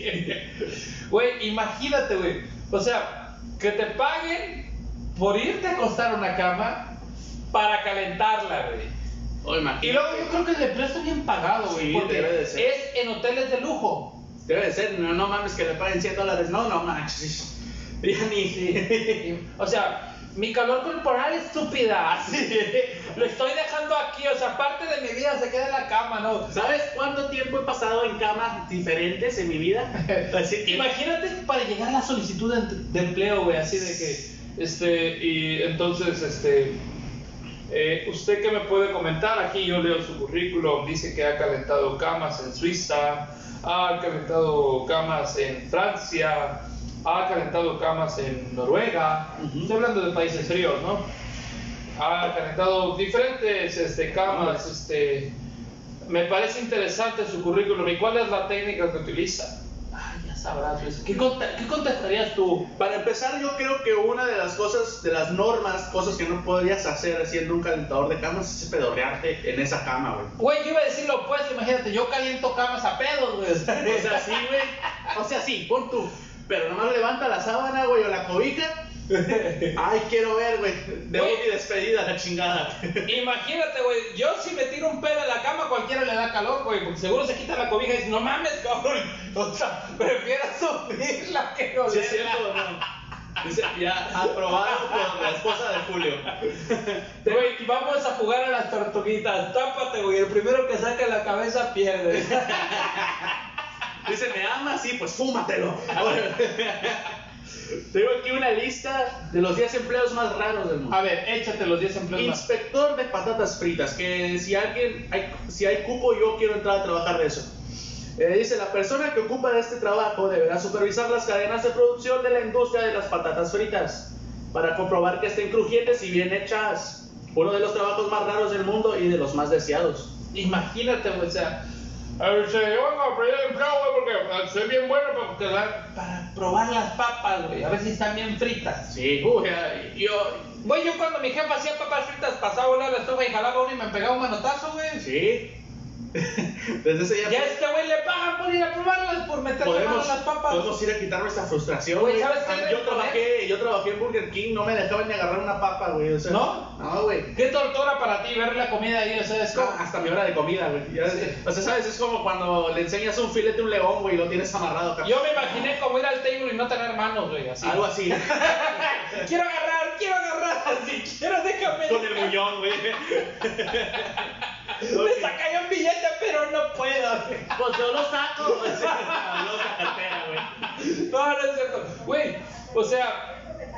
[SPEAKER 1] Güey, imagínate, güey. O sea, que te paguen por irte a acostar a una cama para calentarla, güey.
[SPEAKER 2] Oh, imagínate.
[SPEAKER 1] Y luego yo creo que el empleo está bien pagado, güey,
[SPEAKER 2] Sí,
[SPEAKER 1] porque
[SPEAKER 2] debe de ser.
[SPEAKER 1] es en hoteles de lujo.
[SPEAKER 2] Debe de ser, no, no mames que le paguen cien dólares. No, no manches. Ya ni...
[SPEAKER 1] Y, o sea, mi calor corporal estúpida, así, lo estoy dejando aquí, o sea, parte de mi vida se queda en la cama, ¿no?
[SPEAKER 2] ¿Sabes cuánto tiempo he pasado en camas diferentes en mi vida? Así que...
[SPEAKER 1] Imagínate para llegar a la solicitud de, de empleo, güey, así de que, este, y entonces, este, eh, ¿usted qué me puede comentar? Aquí yo leo su currículum, dice que ha calentado camas en Suiza, ha calentado camas en Francia, ha calentado camas en Noruega,
[SPEAKER 2] Ujú.
[SPEAKER 1] estoy hablando de países fríos, ¿no? Ha calentado diferentes este, camas, este, me parece interesante su currículum. ¿Y cuál es la técnica que utiliza? Ay, ya sabrás, Luis. ¿Qué, conte- ¿Qué contestarías tú?
[SPEAKER 2] Para empezar, yo creo que una de las cosas, de las normas, cosas que no podrías hacer siendo un calentador de camas es pedorrearte en esa cama, güey.
[SPEAKER 1] Güey, yo iba a decir lo opuesto, imagínate, yo caliento camas a pedos, güey.
[SPEAKER 2] O sea, sí, güey. O sea, sí, pon tú. Pero nomás levanta la sábana, güey, o la cobija. Ay, quiero ver, güey. Debo
[SPEAKER 1] Güey.
[SPEAKER 2] mi despedida, la chingada.
[SPEAKER 1] Imagínate, güey, yo si me tiro un pedo en la cama, cualquiera le da calor, güey, porque seguro se quita la cobija y dice, no mames, cabrón. O sea, prefiero subirla que
[SPEAKER 2] ¿Sí es
[SPEAKER 1] olerla.
[SPEAKER 2] cierto o no? Dice, ya aprobado por la esposa de Julio.
[SPEAKER 1] Güey, vamos a jugar a las tortuguitas. Tápate, güey. El primero que saque la cabeza pierde.
[SPEAKER 2] Dice, ¿me amas? Sí, pues fúmatelo. Tengo aquí una lista de los diez empleos más raros del mundo.
[SPEAKER 1] A ver, échate los diez empleos más.
[SPEAKER 2] Inspector de patatas fritas, que si alguien, hay, si hay cupo, yo quiero entrar a trabajar de eso. Eh, dice, la persona que ocupa de este trabajo deberá supervisar las cadenas de producción de la industria de las patatas fritas para comprobar que estén crujientes y bien hechas. Uno de los trabajos más raros del mundo y de los más deseados.
[SPEAKER 1] Imagínate, güey, o sea, a ver, se llevan a pedir empleo, güey, porque soy bien bueno para, quedar, para probar las papas, güey, a ver si están bien fritas.
[SPEAKER 2] Sí, uy,
[SPEAKER 1] yo, güey, yo cuando mi jefa hacía papas fritas pasaba a la estufa y jalaba uno y me pegaba un manotazo, güey.
[SPEAKER 2] Sí. Desde ese
[SPEAKER 1] ya, ya a este güey le pagan por ir a probarlas, por meterle mano a las papas.
[SPEAKER 2] Podemos ir a quitar nuestra frustración,
[SPEAKER 1] güey. ¿Sabes qué?
[SPEAKER 2] Yo trabajé, yo trabajé en Burger King, no me dejaban ni agarrar una papa, güey. O sea,
[SPEAKER 1] ¿no?
[SPEAKER 2] No, güey.
[SPEAKER 1] ¿Qué tortura para ti ver la comida ahí? O sea, es como...
[SPEAKER 2] Ah, hasta mi hora de comida, güey. Sí. O sea, ¿sabes? Es como cuando le enseñas un filete a un león, güey, y lo tienes amarrado acá.
[SPEAKER 1] Yo me imaginé como ir al table y no tener manos, güey, así.
[SPEAKER 2] Algo así.
[SPEAKER 1] Quiero agarrar, quiero agarrar, así, quiero déjame.
[SPEAKER 2] Con el muñón, güey.
[SPEAKER 1] Me sacaría un billete, pero no puedo.
[SPEAKER 2] Pues yo lo saco, güey. No, la cartera, güey.
[SPEAKER 1] No, no es cierto. Güey, o sea...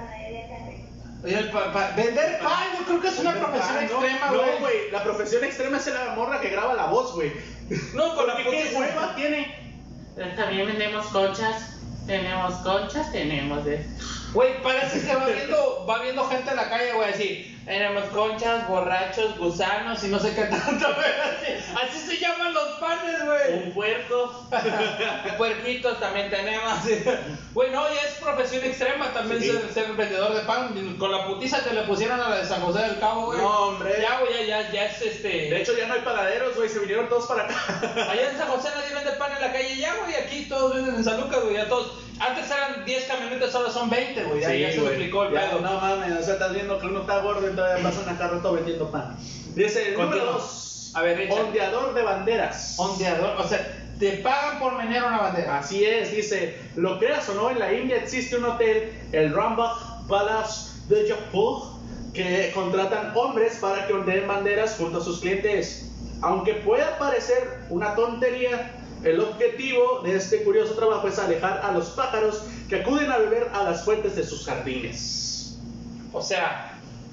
[SPEAKER 1] El pa, pa, vender pan, yo creo que es una profesión
[SPEAKER 2] ah,
[SPEAKER 1] extrema,
[SPEAKER 2] no,
[SPEAKER 1] güey.
[SPEAKER 2] No, güey, la profesión extrema es la morra que graba la voz, güey.
[SPEAKER 1] No, con la
[SPEAKER 2] ¿Qué hueva tiene?
[SPEAKER 3] También vendemos conchas. Tenemos conchas, tenemos de...
[SPEAKER 1] Güey, parece que va viendo, va viendo gente en la calle, güey, así. Tenemos conchas, borrachos, gusanos y no sé qué tanto, güey. Así, así se llaman los panes, güey.
[SPEAKER 2] Un puerco.
[SPEAKER 1] Puerquitos también tenemos. Güey, no, ya es profesión extrema también sí. ser, ser vendedor de pan. Con la putiza que le pusieron a la de San José del Cabo, güey.
[SPEAKER 2] No, hombre.
[SPEAKER 1] Ya, güey, ya, ya, ya es este.
[SPEAKER 2] De hecho, ya no hay panaderos, güey, se vinieron todos para acá.
[SPEAKER 1] Allá en San José nadie vende pan en la calle, ya, güey, aquí todos venden en San Lucas, güey, ya todos. Antes eran diez camionetas, ahora son veinte, güey. Ya,
[SPEAKER 2] sí,
[SPEAKER 1] ya se duplicó el
[SPEAKER 2] ya,
[SPEAKER 1] pedo.
[SPEAKER 2] No mames, o sea, estás viendo que uno está gordo y todavía pasan acá rato vendiendo pan. Dice el número dos.
[SPEAKER 1] A ver, echa.
[SPEAKER 2] Ondeador de banderas.
[SPEAKER 1] Ondeador, o sea, te pagan por menear una bandera.
[SPEAKER 2] Así es, dice, lo creas o no, en la India existe un hotel, el Rambagh Palace de Jaipur, que contratan hombres para que ondeen banderas junto a sus clientes. Aunque pueda parecer una tontería, el objetivo de este curioso trabajo es alejar a los pájaros que acuden a beber a las fuentes de sus jardines.
[SPEAKER 1] O sea,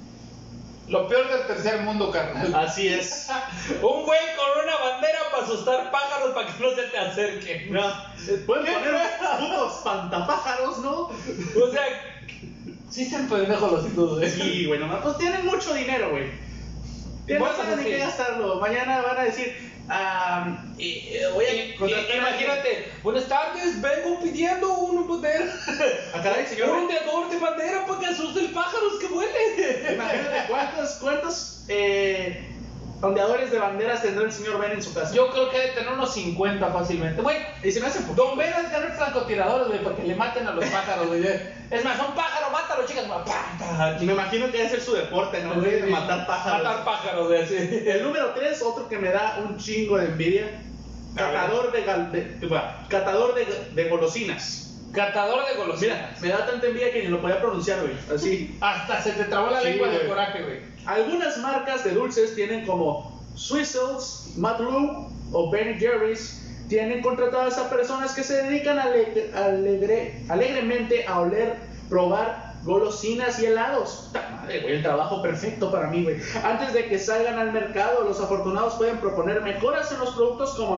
[SPEAKER 1] lo peor del tercer mundo, carnal.
[SPEAKER 2] Así es.
[SPEAKER 1] Un güey con una bandera para asustar pájaros para que no se te acerquen.
[SPEAKER 2] No, pueden poner putos pantapájaros, ¿no?
[SPEAKER 1] O sea, sí están pendejos los dos, güey.
[SPEAKER 2] Sí, güey, nomás, pues tienen mucho dinero, güey. No saben ni qué gastarlo. Mañana van a decir, um, y, eh, voy a
[SPEAKER 1] y, y, imagínate, buenas tardes, vengo pidiendo un bandera.
[SPEAKER 2] Ah, caray, señor.
[SPEAKER 1] Un ondeador de bandera para que asusten pájaros que vuelen.
[SPEAKER 2] Imagínate cuántos, cuántos eh, ondeadores de banderas tendrá el señor Ben en su casa.
[SPEAKER 1] Yo creo que debe tener unos cincuenta fácilmente. Güey,
[SPEAKER 2] y se me hace poquito.
[SPEAKER 1] Don Ben es ganar francotiradores, güey, para que le maten a los pájaros, güey. Es más, un pájaro, mátalo, chicas.
[SPEAKER 2] Me imagino que debe ser su deporte, ¿no?
[SPEAKER 1] Sí, sí.
[SPEAKER 2] Matar pájaros.
[SPEAKER 1] Matar pájaros, güey, sí.
[SPEAKER 2] El número tres, otro que me da un chingo de envidia. Catador de, gal, de, de catador de, de golosinas.
[SPEAKER 1] Catador de golosinas.
[SPEAKER 2] Mira, me da tanta envidia que ni lo podía pronunciar, güey. Así.
[SPEAKER 1] Hasta se te trabó la
[SPEAKER 2] sí,
[SPEAKER 1] lengua de
[SPEAKER 2] güey.
[SPEAKER 1] coraje, güey.
[SPEAKER 2] Algunas marcas de dulces tienen como Swizzles, Matlow o Ben Jerry's. Tienen contratadas a personas que se dedican alegre, alegre, alegremente a oler, probar golosinas y helados. ¡Ta madre, güey! El trabajo perfecto para mí, güey. Antes de que salgan al mercado, los afortunados pueden proponer mejoras en los productos como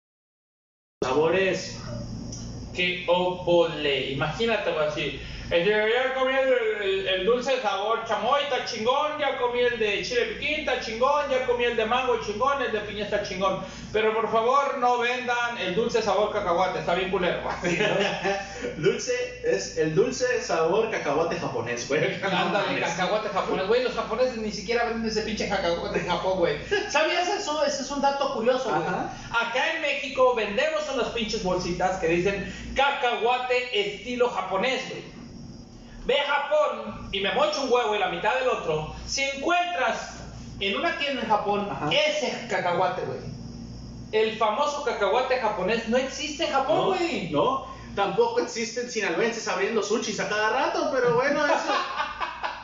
[SPEAKER 2] sabores.
[SPEAKER 1] Que obole, imagínate, güey, así. Eh, ya comí el, el, el dulce sabor chamoy, está chingón. Ya comí el de chile piquín, está chingón. Ya comí el de mango, chingón. El de piña está chingón. Pero por favor, no vendan el dulce sabor cacahuate, está bien culero. Así, ¿no?
[SPEAKER 2] Dulce es el dulce sabor cacahuate japonés, güey.
[SPEAKER 1] Ándale, cacahuate japonés. Güey, los japoneses ni siquiera venden ese pinche cacahuate en Japón, güey. ¿Sabías eso? Ese es un dato curioso, güey. Acá en México vendemos unas pinches bolsitas que dicen cacahuate estilo japonés, güey. Ve a Japón y me mocho un huevo y la mitad del otro. Si encuentras en una tienda en Japón, ajá, ese cacahuate, güey, el famoso cacahuate japonés, no existe en Japón, güey.
[SPEAKER 2] No, no, tampoco existen sinaloenses abriendo sushis a cada rato, pero bueno, eso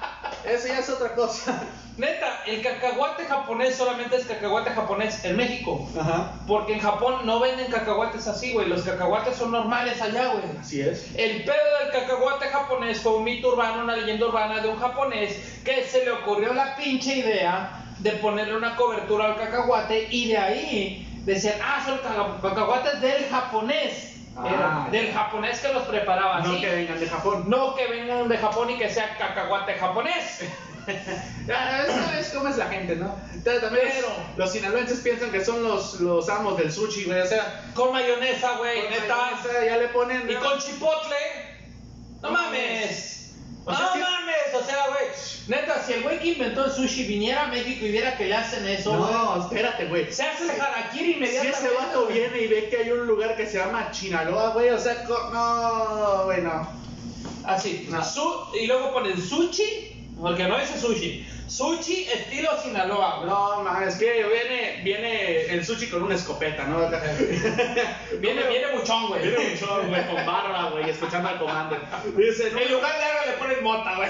[SPEAKER 2] eso ya es otra cosa.
[SPEAKER 1] Neta, el cacahuate japonés solamente es cacahuate japonés en México.
[SPEAKER 2] Ajá.
[SPEAKER 1] Porque en Japón no venden cacahuates así, güey. Los cacahuates son normales allá, güey.
[SPEAKER 2] Así es.
[SPEAKER 1] El pedo del cacahuate japonés fue un mito urbano, una leyenda urbana de un japonés que se le ocurrió la pinche idea de ponerle una cobertura al cacahuate y de ahí decían, ah, son caca- cacahuates del japonés.
[SPEAKER 2] Ah.
[SPEAKER 1] Era del japonés que los preparaba
[SPEAKER 2] No
[SPEAKER 1] así.
[SPEAKER 2] que vengan de Japón.
[SPEAKER 1] No que vengan de Japón y que sea cacahuate japonés.
[SPEAKER 2] Ya, ¿sabes cómo es la gente, no? Entonces, también
[SPEAKER 1] Pero-
[SPEAKER 2] los, los sinaloenses piensan que son los, los amos del sushi, güey. O sea,
[SPEAKER 1] Con mayonesa, güey,
[SPEAKER 2] con
[SPEAKER 1] neta.
[SPEAKER 2] mayonesa ya le ponen.
[SPEAKER 1] Y
[SPEAKER 2] ¿no?
[SPEAKER 1] con chipotle. No
[SPEAKER 2] No
[SPEAKER 1] mames.
[SPEAKER 2] O
[SPEAKER 1] No
[SPEAKER 2] sea, sí-
[SPEAKER 1] mames. O sea, güey. Neta, si el güey que inventó el sushi viniera a México y viera que le hacen eso, güey,
[SPEAKER 2] No, espérate, güey.
[SPEAKER 1] se hace el harakiri
[SPEAKER 2] Si
[SPEAKER 1] inmediatamente.
[SPEAKER 2] ese vato
[SPEAKER 1] güey.
[SPEAKER 2] viene y ve que hay un lugar que se llama Chinaloa, güey, o sea, co- no, güey, no.
[SPEAKER 1] Así.
[SPEAKER 2] No.
[SPEAKER 1] Su- y luego ponen sushi, porque no dice sushi. Sushi estilo Sinaloa, güey.
[SPEAKER 2] No, man, es que viene, viene el sushi con una escopeta, ¿no?
[SPEAKER 1] Viene, viene muchón, güey.
[SPEAKER 2] Viene mucho, güey, con barba, güey, escuchando al comando. Dice,
[SPEAKER 1] En lugar de agua le ponen mota, güey.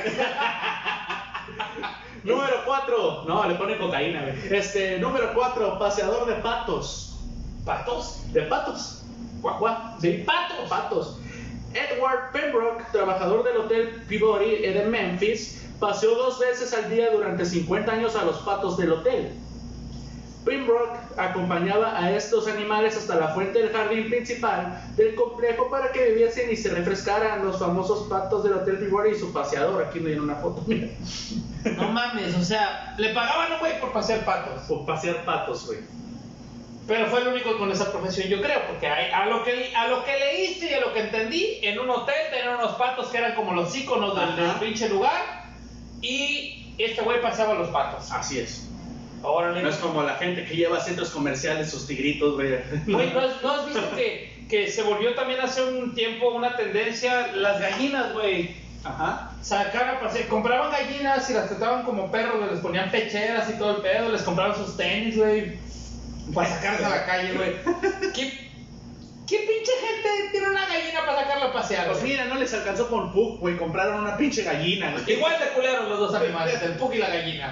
[SPEAKER 2] número cuatro. No, le ponen cocaína, güey. Este, número cuatro, paseador de patos.
[SPEAKER 1] ¿Patos?
[SPEAKER 2] ¿De patos? Guau, guau.
[SPEAKER 1] ¿De patos?
[SPEAKER 2] Patos. Edward Pembroke, trabajador del Hotel Peabody de Memphis, paseó dos veces al día durante cincuenta años a los patos del hotel. Pembroke acompañaba a estos animales hasta la fuente del jardín principal del complejo para que viviesen y se refrescaran los famosos patos del Hotel Peabody y su paseador. Aquí no hay una foto, mira.
[SPEAKER 1] No mames, o sea, le pagaban un güey por pasear patos.
[SPEAKER 2] Por pasear patos, güey.
[SPEAKER 1] Pero fue el único con esa profesión, yo creo, porque hay- a lo que a lo que leíste y a lo que entendí, en un hotel tenían unos patos que eran como los íconos del, del
[SPEAKER 2] Ajá.
[SPEAKER 1] pinche lugar, y este güey paseaba los patos.
[SPEAKER 2] Así es.
[SPEAKER 1] Órale.
[SPEAKER 2] No es como la gente que lleva a centros comerciales sus tigritos, güey.
[SPEAKER 1] Güey, ¿no has, no has visto que, que se volvió también hace un tiempo una tendencia, las gallinas, güey?
[SPEAKER 2] Ajá.
[SPEAKER 1] Sacaron a pasear, compraban gallinas y las trataban como perros, güey, les ponían pecheras y todo el pedo, les compraban sus tenis, güey, para sacarlas a la calle, güey. ¿Qué, ¿Qué pinche gente tiene una gallina para sacarla a pasear,
[SPEAKER 2] Pues
[SPEAKER 1] güey?
[SPEAKER 2] mira, no les alcanzó con Pug, güey. Compraron una pinche gallina, güey.
[SPEAKER 1] Igual de culeros los dos animales, el pug y la gallina.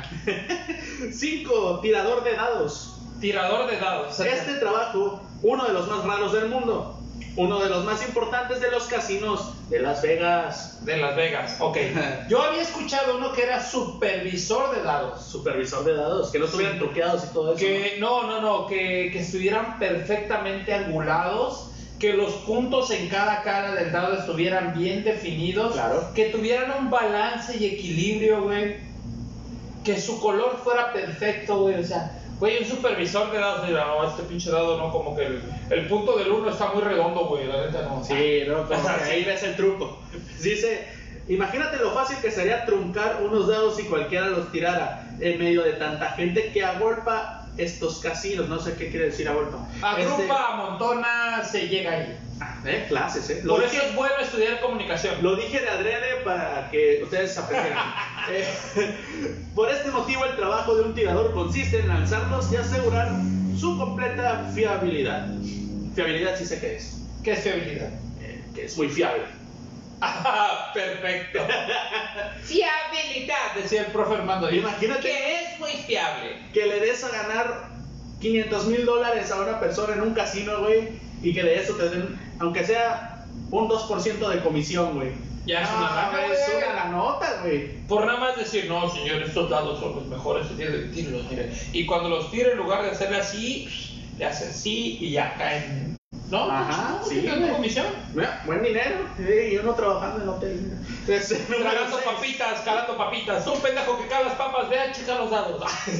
[SPEAKER 2] Cinco, tirador de dados.
[SPEAKER 1] Tirador de dados.
[SPEAKER 2] Este trabajo, uno de los más raros del mundo. Uno de los más importantes de los casinos de Las Vegas.
[SPEAKER 1] De Las Vegas, ok. Yo había escuchado uno que era supervisor de dados.
[SPEAKER 2] Supervisor de dados, que no estuvieran truqueados y todo eso.
[SPEAKER 1] Que no, no, no, que, que estuvieran perfectamente angulados, que los puntos en cada cara del dado estuvieran bien definidos,
[SPEAKER 2] Claro.
[SPEAKER 1] que tuvieran un balance y equilibrio, güey, que su color fuera perfecto, güey, o sea, güey, un supervisor de dados, mira, no, este pinche dado no, como que el, el punto del uno está muy redondo, güey, la neta no.
[SPEAKER 2] Sí, no, como
[SPEAKER 1] Ajá,
[SPEAKER 2] que
[SPEAKER 1] sí.
[SPEAKER 2] ahí ves el truco. Dice, imagínate lo fácil que sería truncar unos dados si cualquiera los tirara en medio de tanta gente que agolpa estos casinos. No sé qué quiere decir agolpa.
[SPEAKER 1] Agrupa,
[SPEAKER 2] Este,
[SPEAKER 1] amontona, se llega ahí.
[SPEAKER 2] eh, clases, eh. Lo
[SPEAKER 1] Por
[SPEAKER 2] dije,
[SPEAKER 1] eso es bueno estudiar comunicación.
[SPEAKER 2] lo dije de adrede para que ustedes aprendieran. Eh, por este motivo, el trabajo de un tirador consiste en lanzarlos y asegurar su completa fiabilidad. Fiabilidad sí sé qué es,
[SPEAKER 1] ¿Qué es fiabilidad?
[SPEAKER 2] eh, que es muy fiable.
[SPEAKER 1] Ah, perfecto. Fiabilidad, decía el profe Armando.
[SPEAKER 2] Imagínate-
[SPEAKER 1] que es muy fiable.
[SPEAKER 2] Que le des a ganar quinientos mil dólares a una persona en un casino, güey, y que de eso te den, aunque sea un dos por ciento de comisión, güey.
[SPEAKER 1] Ya es una
[SPEAKER 2] Ah,
[SPEAKER 1] lana,
[SPEAKER 2] güey,
[SPEAKER 1] güey.
[SPEAKER 2] es una lanota, güey.
[SPEAKER 1] Por nada más decir, no, señor, estos dados son los mejores, tírenlos, mire. Y cuando los tira, en lugar de hacerle así, le hace así y ya caen. ¿No?
[SPEAKER 2] Ajá,
[SPEAKER 1] ¿No?
[SPEAKER 2] sí,
[SPEAKER 1] ¿Te dan
[SPEAKER 2] güey.
[SPEAKER 1] comisión?
[SPEAKER 2] Mira, buen dinero, sí, y uno trabajando en hotel. mira. Este, número
[SPEAKER 1] Tragando
[SPEAKER 2] seis.
[SPEAKER 1] papitas, calando papitas. Tú, pendejo que calas papas, ve a checar los dados.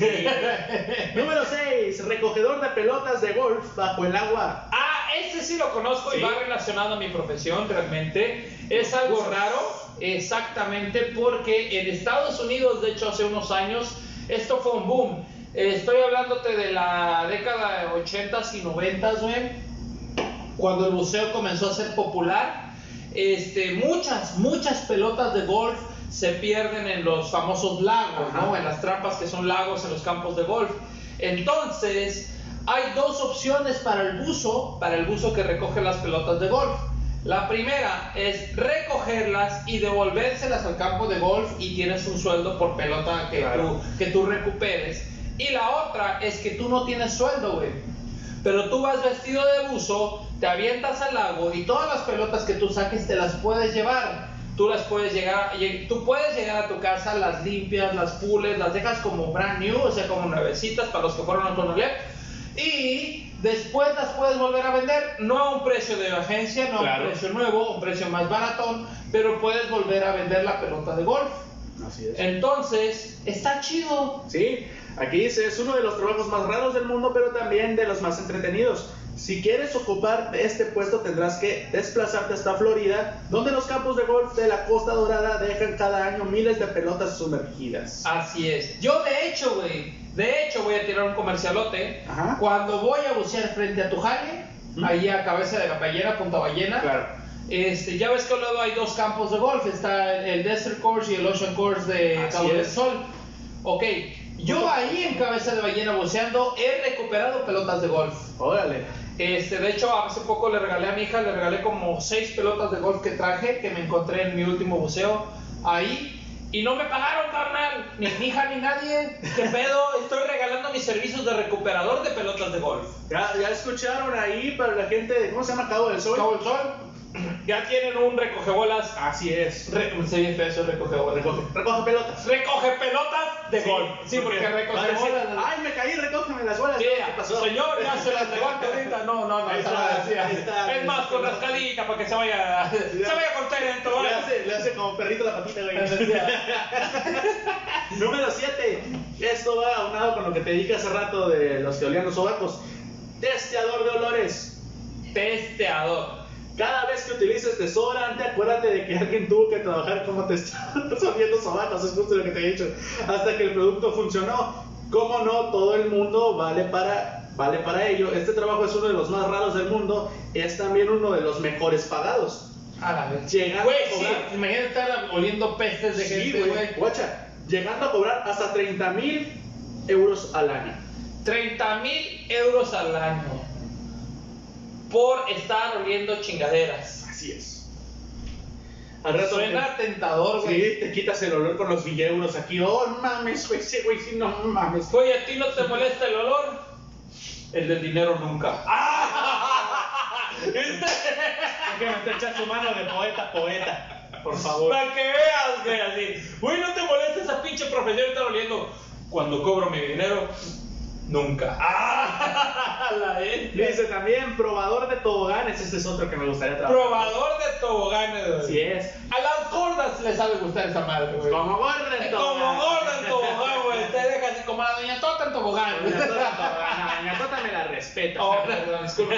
[SPEAKER 2] Número seis, recogedor de pelotas de golf bajo el agua.
[SPEAKER 1] Ah, ese sí lo conozco
[SPEAKER 2] Sí.
[SPEAKER 1] y va relacionado a mi profesión realmente. Es algo raro, exactamente, porque en Estados Unidos, de hecho, hace unos años, esto fue un boom. Eh, Estoy hablándote de la década de ochentas y noventas, güey, cuando el buceo comenzó a ser popular. Este, muchas, muchas pelotas de golf se pierden en los famosos lagos,
[SPEAKER 2] Ajá.
[SPEAKER 1] ¿no? En las trampas que son lagos en los campos de golf. Entonces, hay dos opciones para el buzo, para el buzo que recoge las pelotas de golf. La primera es recogerlas y devolvérselas al campo de golf y tienes un sueldo por pelota que,
[SPEAKER 2] Claro.
[SPEAKER 1] tú, que tú recuperes. Y la otra es que tú no tienes sueldo, güey. Pero tú vas vestido de buzo, te avientas al lago y todas las pelotas que tú saques te las puedes llevar. Tú las puedes llegar, tú puedes llegar a tu casa, las limpias, las pules, las dejas como brand new, o sea, como nuevecitas para los que fueron al Conolep. Y después las puedes volver a vender, no a un precio de agencia, no
[SPEAKER 2] Claro.
[SPEAKER 1] a un precio nuevo, un precio más baratón, pero puedes volver a vender la pelota de golf.
[SPEAKER 2] Así es.
[SPEAKER 1] Entonces, está chido.
[SPEAKER 2] Sí, aquí dice, es uno de los trabajos más raros del mundo, pero también de los más entretenidos. Si quieres ocupar este puesto, tendrás que desplazarte hasta Florida, donde los campos de golf de la Costa Dorada dejan cada año miles de pelotas sumergidas.
[SPEAKER 1] Así es. Yo de hecho, güey, de hecho voy a tirar un comercialote.
[SPEAKER 2] Ajá.
[SPEAKER 1] Cuando voy a bucear frente a tu jale,
[SPEAKER 2] ¿Mm?
[SPEAKER 1] ahí a Cabeza de la Ballena, Punta Ballena.
[SPEAKER 2] Claro.
[SPEAKER 1] Este, ya ves que al lado hay dos campos de golf, está el Desert Course y el Ocean Course de
[SPEAKER 2] Así
[SPEAKER 1] Cabo del
[SPEAKER 2] es.
[SPEAKER 1] Sol. Ok, yo ahí en Cabeza de Ballena buceando he recuperado pelotas de golf.
[SPEAKER 2] Órale.
[SPEAKER 1] Este, de hecho, hace poco le regalé a mi hija, le regalé como seis pelotas de golf que traje, que me encontré en mi último buceo ahí. Y no me pagaron, carnal, ni mi hija ni nadie. ¿Qué pedo? Estoy regalando mis servicios de recuperador de pelotas de golf.
[SPEAKER 2] Ya, ya escucharon ahí para la gente de, ¿cómo se llama? Cabo del Sol.
[SPEAKER 1] Cabo del Sol, ya tienen un recogebolas.
[SPEAKER 2] Así es.
[SPEAKER 1] Re, se bien feo eso, recogebolas.
[SPEAKER 2] Recoge, recoge pelotas.
[SPEAKER 1] Recoge pelotas de
[SPEAKER 2] Sí,
[SPEAKER 1] golf. Sí, porque
[SPEAKER 2] va a
[SPEAKER 1] recoge
[SPEAKER 2] decir,
[SPEAKER 1] bolas.
[SPEAKER 2] Ay, me caí, recógeme las bolas.
[SPEAKER 1] Sí,
[SPEAKER 2] ¿Qué pasó?
[SPEAKER 1] señor, ya se las levanta ahorita. No, no, no,
[SPEAKER 2] Ahí
[SPEAKER 1] esa
[SPEAKER 2] está,
[SPEAKER 1] no la decía.
[SPEAKER 2] ahí está.
[SPEAKER 1] Es más, con rascadita para que se vaya, se vaya contento.
[SPEAKER 2] Le hace, le hace como perrito la patita, güey. Número siete. Esto va aunado con lo que te dije hace rato de los que olían los sobacos. Testeador de olores.
[SPEAKER 1] Testeador.
[SPEAKER 2] Cada vez que utilices desodorante, acuérdate de que alguien tuvo que trabajar como testeador oliendo sobacos. Es justo lo que te he dicho. Hasta que el producto funcionó. Como no, todo el mundo vale para, vale para ello. Este trabajo es uno de los más raros del mundo. Es también uno de los mejores pagados.
[SPEAKER 1] A la vez.
[SPEAKER 2] Llegando
[SPEAKER 1] Güey,
[SPEAKER 2] a
[SPEAKER 1] sí,
[SPEAKER 2] cobrar-
[SPEAKER 1] imagínate estar oliendo pestes de
[SPEAKER 2] Sí,
[SPEAKER 1] gente,
[SPEAKER 2] güey.
[SPEAKER 1] güey.
[SPEAKER 2] Guacha, llegando a cobrar hasta treinta mil euros al año.
[SPEAKER 1] treinta mil euros al año por estar oliendo chingaderas.
[SPEAKER 2] Así es. Al rato
[SPEAKER 1] Suena tentador,
[SPEAKER 2] que-
[SPEAKER 1] güey.
[SPEAKER 2] sí, te quitas el olor con los billeteuros aquí. Oh, no mames, güey, sí, güey, sí, no mames.
[SPEAKER 1] Güey, ¿a ti no te molesta el olor? El del dinero nunca. ¿Viste?
[SPEAKER 2] Que me echar su mano de poeta, poeta, por favor.
[SPEAKER 1] Para que veas, güey, así. Güey, no te molesta esa pinche profesión estar oliendo. Cuando cobro mi dinero, nunca. ¡Ah! La gente.
[SPEAKER 2] Dice también probador de toboganes. Este es otro que me gustaría trabajar.
[SPEAKER 1] Probador de toboganes, güey.
[SPEAKER 2] Así es.
[SPEAKER 1] A las gordas les sabe gustar esa madre, güey.
[SPEAKER 2] Como gorda en tobogán.
[SPEAKER 1] Como gorda en tobogán, güey. Te deja así como la doña Tota en tobogán.
[SPEAKER 2] Doña Tota en tobogán. No, Doña Tota me la respeta.
[SPEAKER 1] Oh, perdón, disculpe.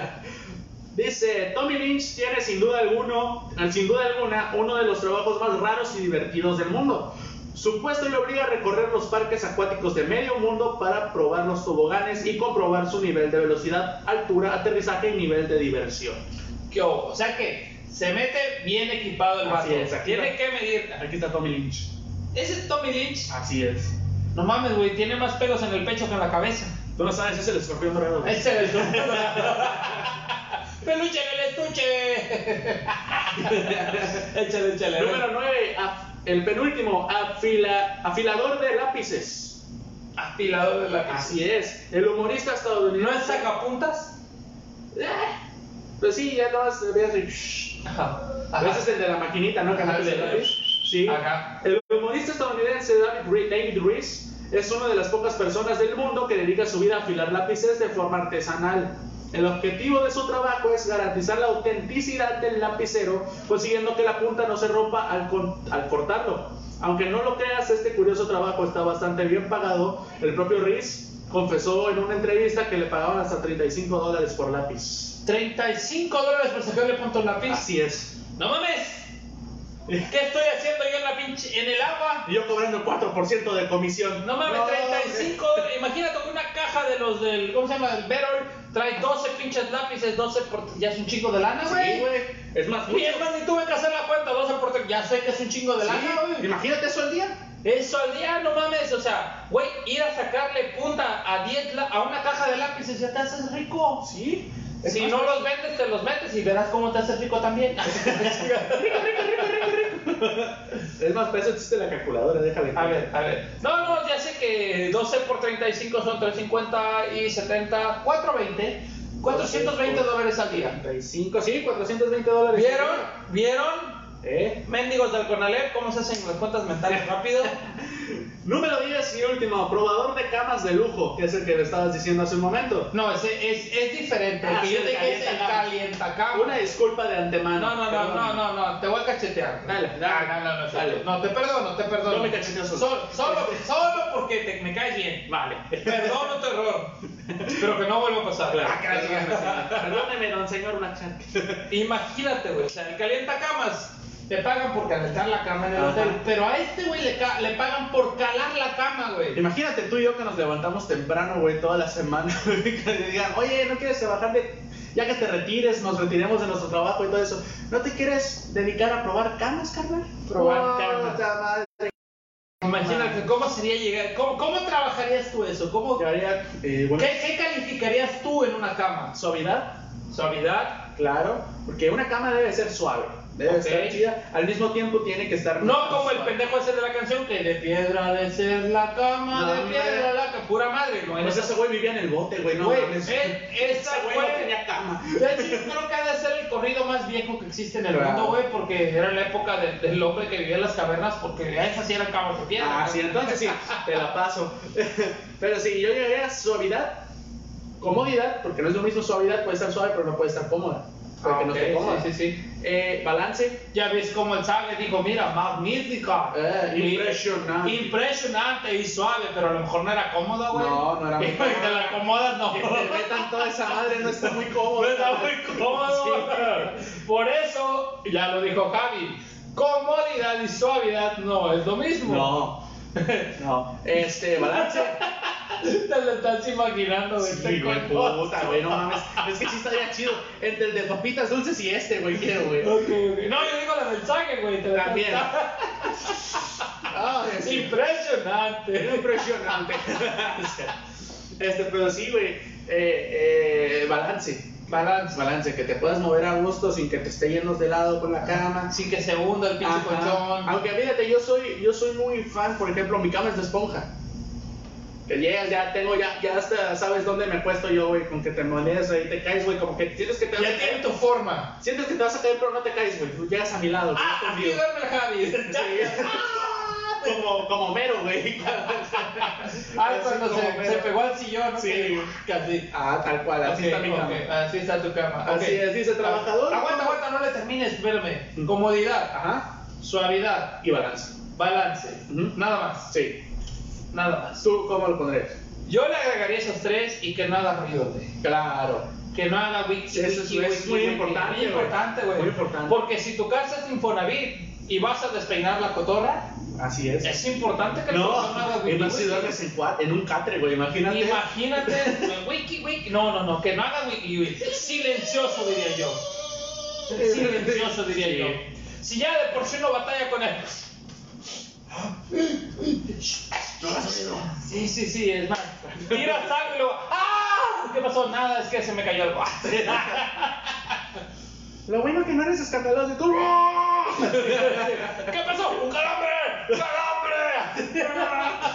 [SPEAKER 2] Dice, Tommy Lynch tiene sin duda alguno, sin duda alguna, uno de los trabajos más raros y divertidos del mundo. Su puesto le obliga a recorrer los parques acuáticos de medio mundo para probar los toboganes y comprobar su nivel de velocidad, altura, aterrizaje y nivel de diversión.
[SPEAKER 1] ¿Qué hubo? O sea que se mete bien equipado el vato.
[SPEAKER 2] Así es, aquí
[SPEAKER 1] Tiene
[SPEAKER 2] está.
[SPEAKER 1] que medir.
[SPEAKER 2] Aquí está Tommy Lynch.
[SPEAKER 1] Ese es Tommy Lynch.
[SPEAKER 2] Así es.
[SPEAKER 1] No mames, güey. Tiene más pelos en el pecho que en la cabeza.
[SPEAKER 2] Tú no sabes, es el escorpión dorado. güey.
[SPEAKER 1] Ese es el peluche en el estuche. Échale, échale.
[SPEAKER 2] Número nueve, el penúltimo, afila, afilador de lápices.
[SPEAKER 1] Afilador de la casa.
[SPEAKER 2] Así es. El humorista estadounidense.
[SPEAKER 1] ¿No es sacapuntas?
[SPEAKER 2] Eh, Pues sí, ya lo has de ver.
[SPEAKER 1] Ajá.
[SPEAKER 2] Ese es el de la maquinita, ¿no? Que
[SPEAKER 1] Ajá,
[SPEAKER 2] no te
[SPEAKER 1] sí.
[SPEAKER 2] le lápiz. Sí.
[SPEAKER 1] Ajá.
[SPEAKER 2] El humorista estadounidense David Re- David Rees es una de las pocas personas del mundo que dedica su vida a afilar lápices de forma artesanal. El objetivo de su trabajo es garantizar la autenticidad del lapicero, consiguiendo que la punta no se rompa al, con- al cortarlo. Aunque no lo creas, este curioso trabajo está bastante bien pagado. El propio Rees confesó en una entrevista que le pagaban hasta treinta y cinco dólares por lápiz.
[SPEAKER 1] treinta y cinco dólares por sacarle punto al lápiz.
[SPEAKER 2] Así es.
[SPEAKER 1] No mames. ¿Qué estoy haciendo yo en la pinche en el agua?
[SPEAKER 2] Y yo cobrando el cuatro por ciento de comisión.
[SPEAKER 1] No mames, treinta y cinco dólares. Imagínate que una caja de los del, ¿cómo se llama? Del Better trae doce pinches lápices, doce por, ya es un chingo de lana, güey.
[SPEAKER 2] Sí, güey. Es más,
[SPEAKER 1] Y es más, ni tuve que hacer la cuenta, doce por tres, ya sé que es un chingo de
[SPEAKER 2] Sí,
[SPEAKER 1] lana, güey.
[SPEAKER 2] imagínate eso al día.
[SPEAKER 1] Eso al día, no mames, o sea, güey, ir a sacarle punta a diez la- a una caja de lápices, ya te haces rico.
[SPEAKER 2] Sí. Es
[SPEAKER 1] Si
[SPEAKER 2] más,
[SPEAKER 1] no los vendes, te los metes y verás cómo te hace rico también.
[SPEAKER 2] Es más, para eso existe la calculadora, déjale.
[SPEAKER 1] A ver, a ver. No, no, ya sé que doce por treinta y cinco son trescientos cincuenta y setenta, cuatrocientos veinte. cuatrocientos veinte dólares al día.
[SPEAKER 2] treinta y cinco, sí, cuatrocientos veinte dólares.
[SPEAKER 1] ¿Vieron? ¿Vieron?
[SPEAKER 2] ¿Eh?
[SPEAKER 1] Mendigos del Conalep, ¿cómo se hacen las cuentas mentales rápido?
[SPEAKER 2] Número diez y último, probador de camas de lujo, que es el que me estabas diciendo hace un momento.
[SPEAKER 1] No, es, es, es diferente. El
[SPEAKER 2] Ah,
[SPEAKER 1] que
[SPEAKER 2] sí,
[SPEAKER 1] yo
[SPEAKER 2] el
[SPEAKER 1] te dije es el
[SPEAKER 2] calientacamas.
[SPEAKER 1] calientacamas.
[SPEAKER 2] Una disculpa de antemano.
[SPEAKER 1] No, no, no,
[SPEAKER 2] perdón.
[SPEAKER 1] no, no, no, te voy a cachetear.
[SPEAKER 2] Dale, dale.
[SPEAKER 1] No, no, no, no,
[SPEAKER 2] Dale.
[SPEAKER 1] no, te perdono, te perdono.
[SPEAKER 2] Yo me cacheteo solo.
[SPEAKER 1] Solo, solo, solo porque te, me caes bien.
[SPEAKER 2] Vale.
[SPEAKER 1] Perdono tu error. Pero que no vuelva a pasar.
[SPEAKER 2] Claro,
[SPEAKER 1] Ah, gracias.
[SPEAKER 2] Perdóneme, don señor Blackchat.
[SPEAKER 1] Imagínate, güey, o sea, el calientacamas te pagan por calentar la cama en el
[SPEAKER 2] Ajá.
[SPEAKER 1] hotel, pero a este güey le, ca- le pagan por calar la cama, güey.
[SPEAKER 2] Imagínate tú y yo que nos levantamos temprano, güey, toda la semana, güey, que digan, oye, ¿no quieres trabajar de... ya que te retires, nos retiremos de nuestro trabajo y todo eso, ¿no te quieres dedicar a probar camas, carnal?
[SPEAKER 1] Probar camas.
[SPEAKER 2] Puta madre.
[SPEAKER 1] Imagínate, ¿cómo sería llegar? ¿Cómo, cómo trabajarías tú eso? ¿Cómo,
[SPEAKER 2] Yo haría, eh, bueno,
[SPEAKER 1] ¿qué, ¿Qué calificarías tú en una cama?
[SPEAKER 2] suavidad,
[SPEAKER 1] ¿Suavidad?
[SPEAKER 2] claro, porque una cama debe ser suave, debe
[SPEAKER 1] Ok.
[SPEAKER 2] estar chida, al mismo tiempo tiene que estar...
[SPEAKER 1] No como el
[SPEAKER 2] suave.
[SPEAKER 1] pendejo ese de la canción que de piedra ha de ser la cama,
[SPEAKER 2] No,
[SPEAKER 1] de
[SPEAKER 2] hombre.
[SPEAKER 1] piedra la cama, pura madre, no
[SPEAKER 2] Pues
[SPEAKER 1] eres
[SPEAKER 2] ese güey vivía en el bote, güey, no
[SPEAKER 1] Güey,
[SPEAKER 2] mames.
[SPEAKER 1] eh, esa
[SPEAKER 2] Ese güey no
[SPEAKER 1] fue-
[SPEAKER 2] tenía cama.
[SPEAKER 1] De hecho, yo creo que ha de ser el corrido más viejo que existe en el
[SPEAKER 2] Claro.
[SPEAKER 1] mundo, güey, porque era la época de- del hombre que vivía en las cavernas, porque esas sí eran camas de piedra.
[SPEAKER 2] Ah, sí, entonces sí, te la paso. Pero sí, yo llegaría a suavidad, comodidad, porque no es lo mismo suavidad, puede estar suave, pero no puede estar cómoda. Porque
[SPEAKER 1] Ah,
[SPEAKER 2] no
[SPEAKER 1] ok,
[SPEAKER 2] esté cómoda.
[SPEAKER 1] sí, sí, sí.
[SPEAKER 2] Eh, balance,
[SPEAKER 1] Ya ves cómo el sabe dijo, mira, magnífica.
[SPEAKER 2] Eh,
[SPEAKER 1] Y-
[SPEAKER 2] impresionante.
[SPEAKER 1] Impresionante y suave, pero a lo mejor no era cómoda, güey.
[SPEAKER 2] No, no era muy
[SPEAKER 1] Y
[SPEAKER 2] cómoda.
[SPEAKER 1] te la acomodas, no.
[SPEAKER 2] que te metan toda esa madre, no está muy cómodo.
[SPEAKER 1] No está muy cómodo. Por eso, ya lo dijo Javi, comodidad y suavidad no es lo mismo.
[SPEAKER 2] No, no. Este, balance.
[SPEAKER 1] Te lo estás imaginando, güey.
[SPEAKER 2] Sí,
[SPEAKER 1] te
[SPEAKER 2] güey,
[SPEAKER 1] conozco.
[SPEAKER 2] puta, güey, no mames. Es que sí estaría chido. Entre el de papitas dulces y este, güey, quiero, güey.
[SPEAKER 1] Ok, ok. No, yo digo la mensaje, güey. te la-
[SPEAKER 2] También. Ah, sí.
[SPEAKER 1] Impresionante.
[SPEAKER 2] Impresionante. Este, pero sí, güey. Eh, eh, balance.
[SPEAKER 1] Balance.
[SPEAKER 2] Balance, que te puedas mover a gusto sin que te esté yendo de lado con la cama.
[SPEAKER 1] Sin que se hunda el pinche
[SPEAKER 2] Ajá.
[SPEAKER 1] colchón.
[SPEAKER 2] Aunque fíjate, yo soy, yo soy muy fan, por ejemplo, mi cama es de esponja. Que llegas, ya tengo, ya, ya hasta sabes dónde me acuesto yo, güey, con que te moledes ahí, te caes, güey, como que sientes que te vas
[SPEAKER 1] Ya
[SPEAKER 2] a
[SPEAKER 1] tiene
[SPEAKER 2] caer.
[SPEAKER 1] tu forma.
[SPEAKER 2] Sientes que te vas a caer, pero no te caes, güey. Llegas a mi lado, güey,
[SPEAKER 1] Ah,
[SPEAKER 2] yo
[SPEAKER 1] aquí
[SPEAKER 2] confío.
[SPEAKER 1] duerme el Javi.
[SPEAKER 2] Sí. Como, como mero, güey.
[SPEAKER 1] Ah,
[SPEAKER 2] Así
[SPEAKER 1] cuando
[SPEAKER 2] como
[SPEAKER 1] se,
[SPEAKER 2] Homero.
[SPEAKER 1] se pegó al sillón, ¿no?
[SPEAKER 2] Sí.
[SPEAKER 1] Que- Casi.
[SPEAKER 2] Ah, tal cual, así
[SPEAKER 1] Ok,
[SPEAKER 2] está mi cama.
[SPEAKER 1] ok, así está tu cama.
[SPEAKER 2] Así
[SPEAKER 1] ok.
[SPEAKER 2] es, dice trabajador.
[SPEAKER 1] Aguanta, aguanta, no le termines, espérame. Comodidad,
[SPEAKER 2] Ajá.
[SPEAKER 1] suavidad,
[SPEAKER 2] Y balance.
[SPEAKER 1] balance.
[SPEAKER 2] Ujú.
[SPEAKER 1] Nada más,
[SPEAKER 2] Sí.
[SPEAKER 1] nada más.
[SPEAKER 2] ¿Tú cómo lo pondrías?
[SPEAKER 1] Yo le agregaría esos tres y que no haga ruido, güey.
[SPEAKER 2] Claro.
[SPEAKER 1] Que no haga wiki,
[SPEAKER 2] Eso es-
[SPEAKER 1] wiki,
[SPEAKER 2] es
[SPEAKER 1] wiki,
[SPEAKER 2] muy
[SPEAKER 1] wiki.
[SPEAKER 2] importante,
[SPEAKER 1] Muy
[SPEAKER 2] güey.
[SPEAKER 1] importante, güey.
[SPEAKER 2] Muy importante.
[SPEAKER 1] Porque si tu casa es Infonavit y vas a despeinar la cotorra,
[SPEAKER 2] Así es.
[SPEAKER 1] es importante que el colchón haga
[SPEAKER 2] No,
[SPEAKER 1] wiki,
[SPEAKER 2] y más si
[SPEAKER 1] wiki.
[SPEAKER 2] duermes en, cua- en un catre, güey, imagínate.
[SPEAKER 1] Imagínate, wiki, wiki. No, no, no, que no haga wiki, wiki. Silencioso, diría yo. Silencioso, diría
[SPEAKER 2] Sí.
[SPEAKER 1] yo. Si ya de por sí no batalla con él.
[SPEAKER 2] No hagas sonido.
[SPEAKER 1] Sí, sí, sí, es más. Tira sangre y luego. ¡Ah! ¿Qué pasó? Nada, es que se me cayó algo.
[SPEAKER 2] Lo bueno que no eres escandaloso. Tú...
[SPEAKER 1] ¿Qué pasó? ¡Un calambre! ¡Calambre!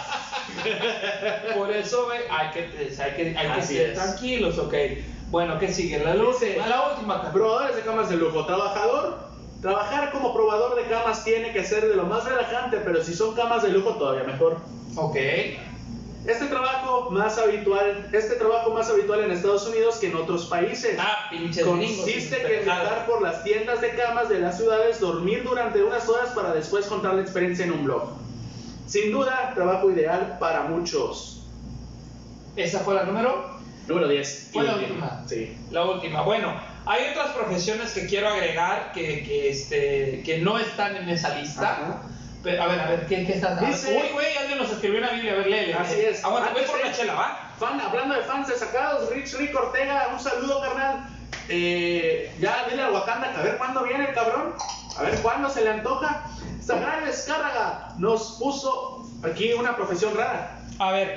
[SPEAKER 1] Por eso, güey, hay que, hay que, hay que
[SPEAKER 2] Así
[SPEAKER 1] ser
[SPEAKER 2] es.
[SPEAKER 1] tranquilos, ok. Bueno, ¿qué sigue? La luz,
[SPEAKER 2] Dice,
[SPEAKER 1] la última. Carlos.
[SPEAKER 2] Probadores de camas de lujo. Trabajador. Trabajar como probador de camas tiene que ser de lo más relajante, pero si son camas de lujo todavía mejor.
[SPEAKER 1] Ok.
[SPEAKER 2] Este trabajo más habitual, este trabajo más habitual en Estados Unidos que en otros países.
[SPEAKER 1] Ah, pinches gringos.
[SPEAKER 2] Consiste
[SPEAKER 1] pinches
[SPEAKER 2] que
[SPEAKER 1] pendejadas.
[SPEAKER 2] viajar por las tiendas de camas de las ciudades, dormir durante unas horas para después contar la experiencia en un blog. Sin duda, trabajo ideal para muchos.
[SPEAKER 1] ¿Esa fue la número?
[SPEAKER 2] Número diez.
[SPEAKER 1] Fue la
[SPEAKER 2] Y
[SPEAKER 1] última.
[SPEAKER 2] Sí.
[SPEAKER 1] La última. Bueno, hay otras profesiones que quiero agregar que, que, este, que no están en esa lista.
[SPEAKER 2] Ajá.
[SPEAKER 1] Pero, a ver, a ver, ¿qué, qué estás dando?
[SPEAKER 2] Dice-
[SPEAKER 1] Uy, güey, alguien nos escribió una Biblia. A ver, léele.
[SPEAKER 2] Así es.
[SPEAKER 1] Aguanta, voy
[SPEAKER 2] Antes
[SPEAKER 1] por
[SPEAKER 2] de-
[SPEAKER 1] una chela, ¿va?
[SPEAKER 2] Fan, hablando de fans desacados, Rich Rick Ortega, un saludo, carnal. Eh, ya dile a Wakanda que a ver cuándo viene el cabrón, a ver cuándo se le antoja. Sagrario Escárraga nos puso aquí una profesión rara.
[SPEAKER 1] A ver,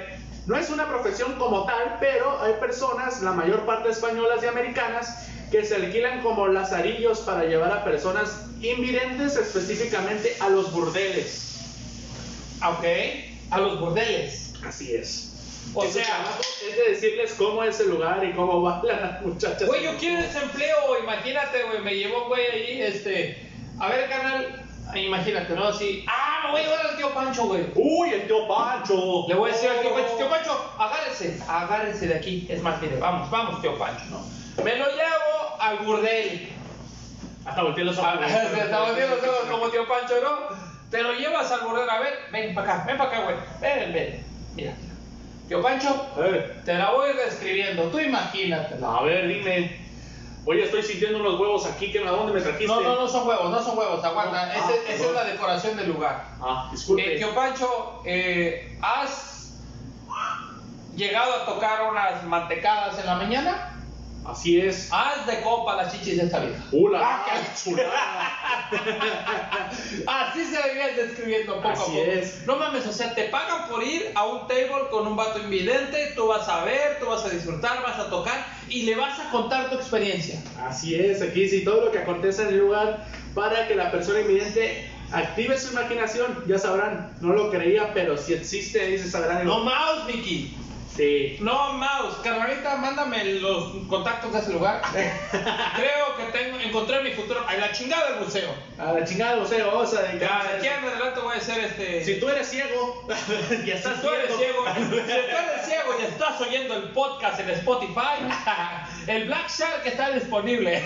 [SPEAKER 2] no es una profesión como tal, pero hay personas, la mayor parte españolas y americanas, que se alquilan como lazarillos para llevar a personas invidentes, específicamente a los burdeles.
[SPEAKER 1] Ok, a los burdeles.
[SPEAKER 2] Así es.
[SPEAKER 1] O
[SPEAKER 2] Ese
[SPEAKER 1] sea,
[SPEAKER 2] trabajo es de decirles cómo es el lugar y cómo van las muchachas.
[SPEAKER 1] güey, yo quiero desempleo, imagínate, güey, me llevó un güey ahí, este, a ver, canal, imagínate, ¿no? Así, ah, me voy a llevar al tío Pancho, güey.
[SPEAKER 2] Uy, el tío Pancho.
[SPEAKER 1] Le voy a decir al tío Pancho, tío Pancho, agárrese, agárrese de aquí. Es más, mire, vamos, vamos, tío Pancho, ¿no? Me lo llevo al burdel.
[SPEAKER 2] Hasta volteé los ojos.
[SPEAKER 1] Hasta volteé los ojos como tío Pancho, ¿no? Te lo llevas al burdel, a ver, ven para acá, ven para acá, güey. Ven, ven, mira. Tío Pancho,
[SPEAKER 2] Eh.
[SPEAKER 1] te la voy describiendo, tú imagínate.
[SPEAKER 2] A ver, dime. Oye, estoy sintiendo unos huevos aquí, que ¿a dónde me trajiste?
[SPEAKER 1] No, no, no son huevos, no son huevos, aguanta.
[SPEAKER 2] No,
[SPEAKER 1] Ese-
[SPEAKER 2] ah,
[SPEAKER 1] esa
[SPEAKER 2] perdón.
[SPEAKER 1] es la decoración del lugar.
[SPEAKER 2] Ah, disculpe.
[SPEAKER 1] Eh, tío Pancho, eh, ¿has llegado a tocar unas mantecadas en la mañana?
[SPEAKER 2] Así es.
[SPEAKER 1] Haz de copa las chichis de esta vieja.
[SPEAKER 2] ¡Hula!
[SPEAKER 1] Ah,
[SPEAKER 2] ¡Qué chulada!
[SPEAKER 1] Así se venían describiendo poco
[SPEAKER 2] Así
[SPEAKER 1] a poco.
[SPEAKER 2] es.
[SPEAKER 1] No mames, o sea, te pagan por ir a un table con un vato invidente, tú vas a ver, tú vas a disfrutar, vas a tocar y le vas a contar tu experiencia.
[SPEAKER 2] Así es, aquí sí, todo lo que acontece en el lugar para que la persona invidente active su imaginación. Ya sabrán, no lo creía, pero si existe, ahí se sabrán.
[SPEAKER 1] No mouse, Mickey.
[SPEAKER 2] Sí.
[SPEAKER 1] No mouse. Carnalita, mándame los contactos de ese lugar. Creo que tengo, encontré mi futuro. A la chingada del museo.
[SPEAKER 2] A la chingada del museo, vamos a
[SPEAKER 1] Ya,
[SPEAKER 2] dedicar.
[SPEAKER 1] de aquí en adelante voy a hacer este.
[SPEAKER 2] Si tú eres ciego, ya estás
[SPEAKER 1] Si tú eres
[SPEAKER 2] viendo.
[SPEAKER 1] ciego, si tú eres ciego y estás oyendo el podcast en Spotify, el Black Shark está disponible.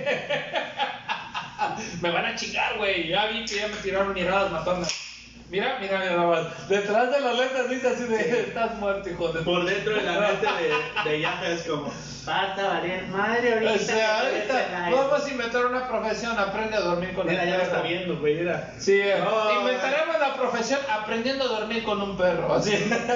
[SPEAKER 1] Me van a chingar, güey. Ya vi que ya me tiraron miradas matonas. Mira, mira, mira, nada más. Detrás de las letras dice así de estás muerto, hijo de.
[SPEAKER 2] Por dentro de la mente de, de Yaja es como, basta, valer madre ahorita.
[SPEAKER 1] O sea, ahorita vamos a inventar una profesión, aprende a dormir con
[SPEAKER 2] Mira,
[SPEAKER 1] el
[SPEAKER 2] ya lo
[SPEAKER 1] perro.
[SPEAKER 2] está viendo, güey, mira.
[SPEAKER 1] Sí, eh,
[SPEAKER 2] No,
[SPEAKER 1] inventaremos la profesión aprendiendo a dormir con un perro. Así.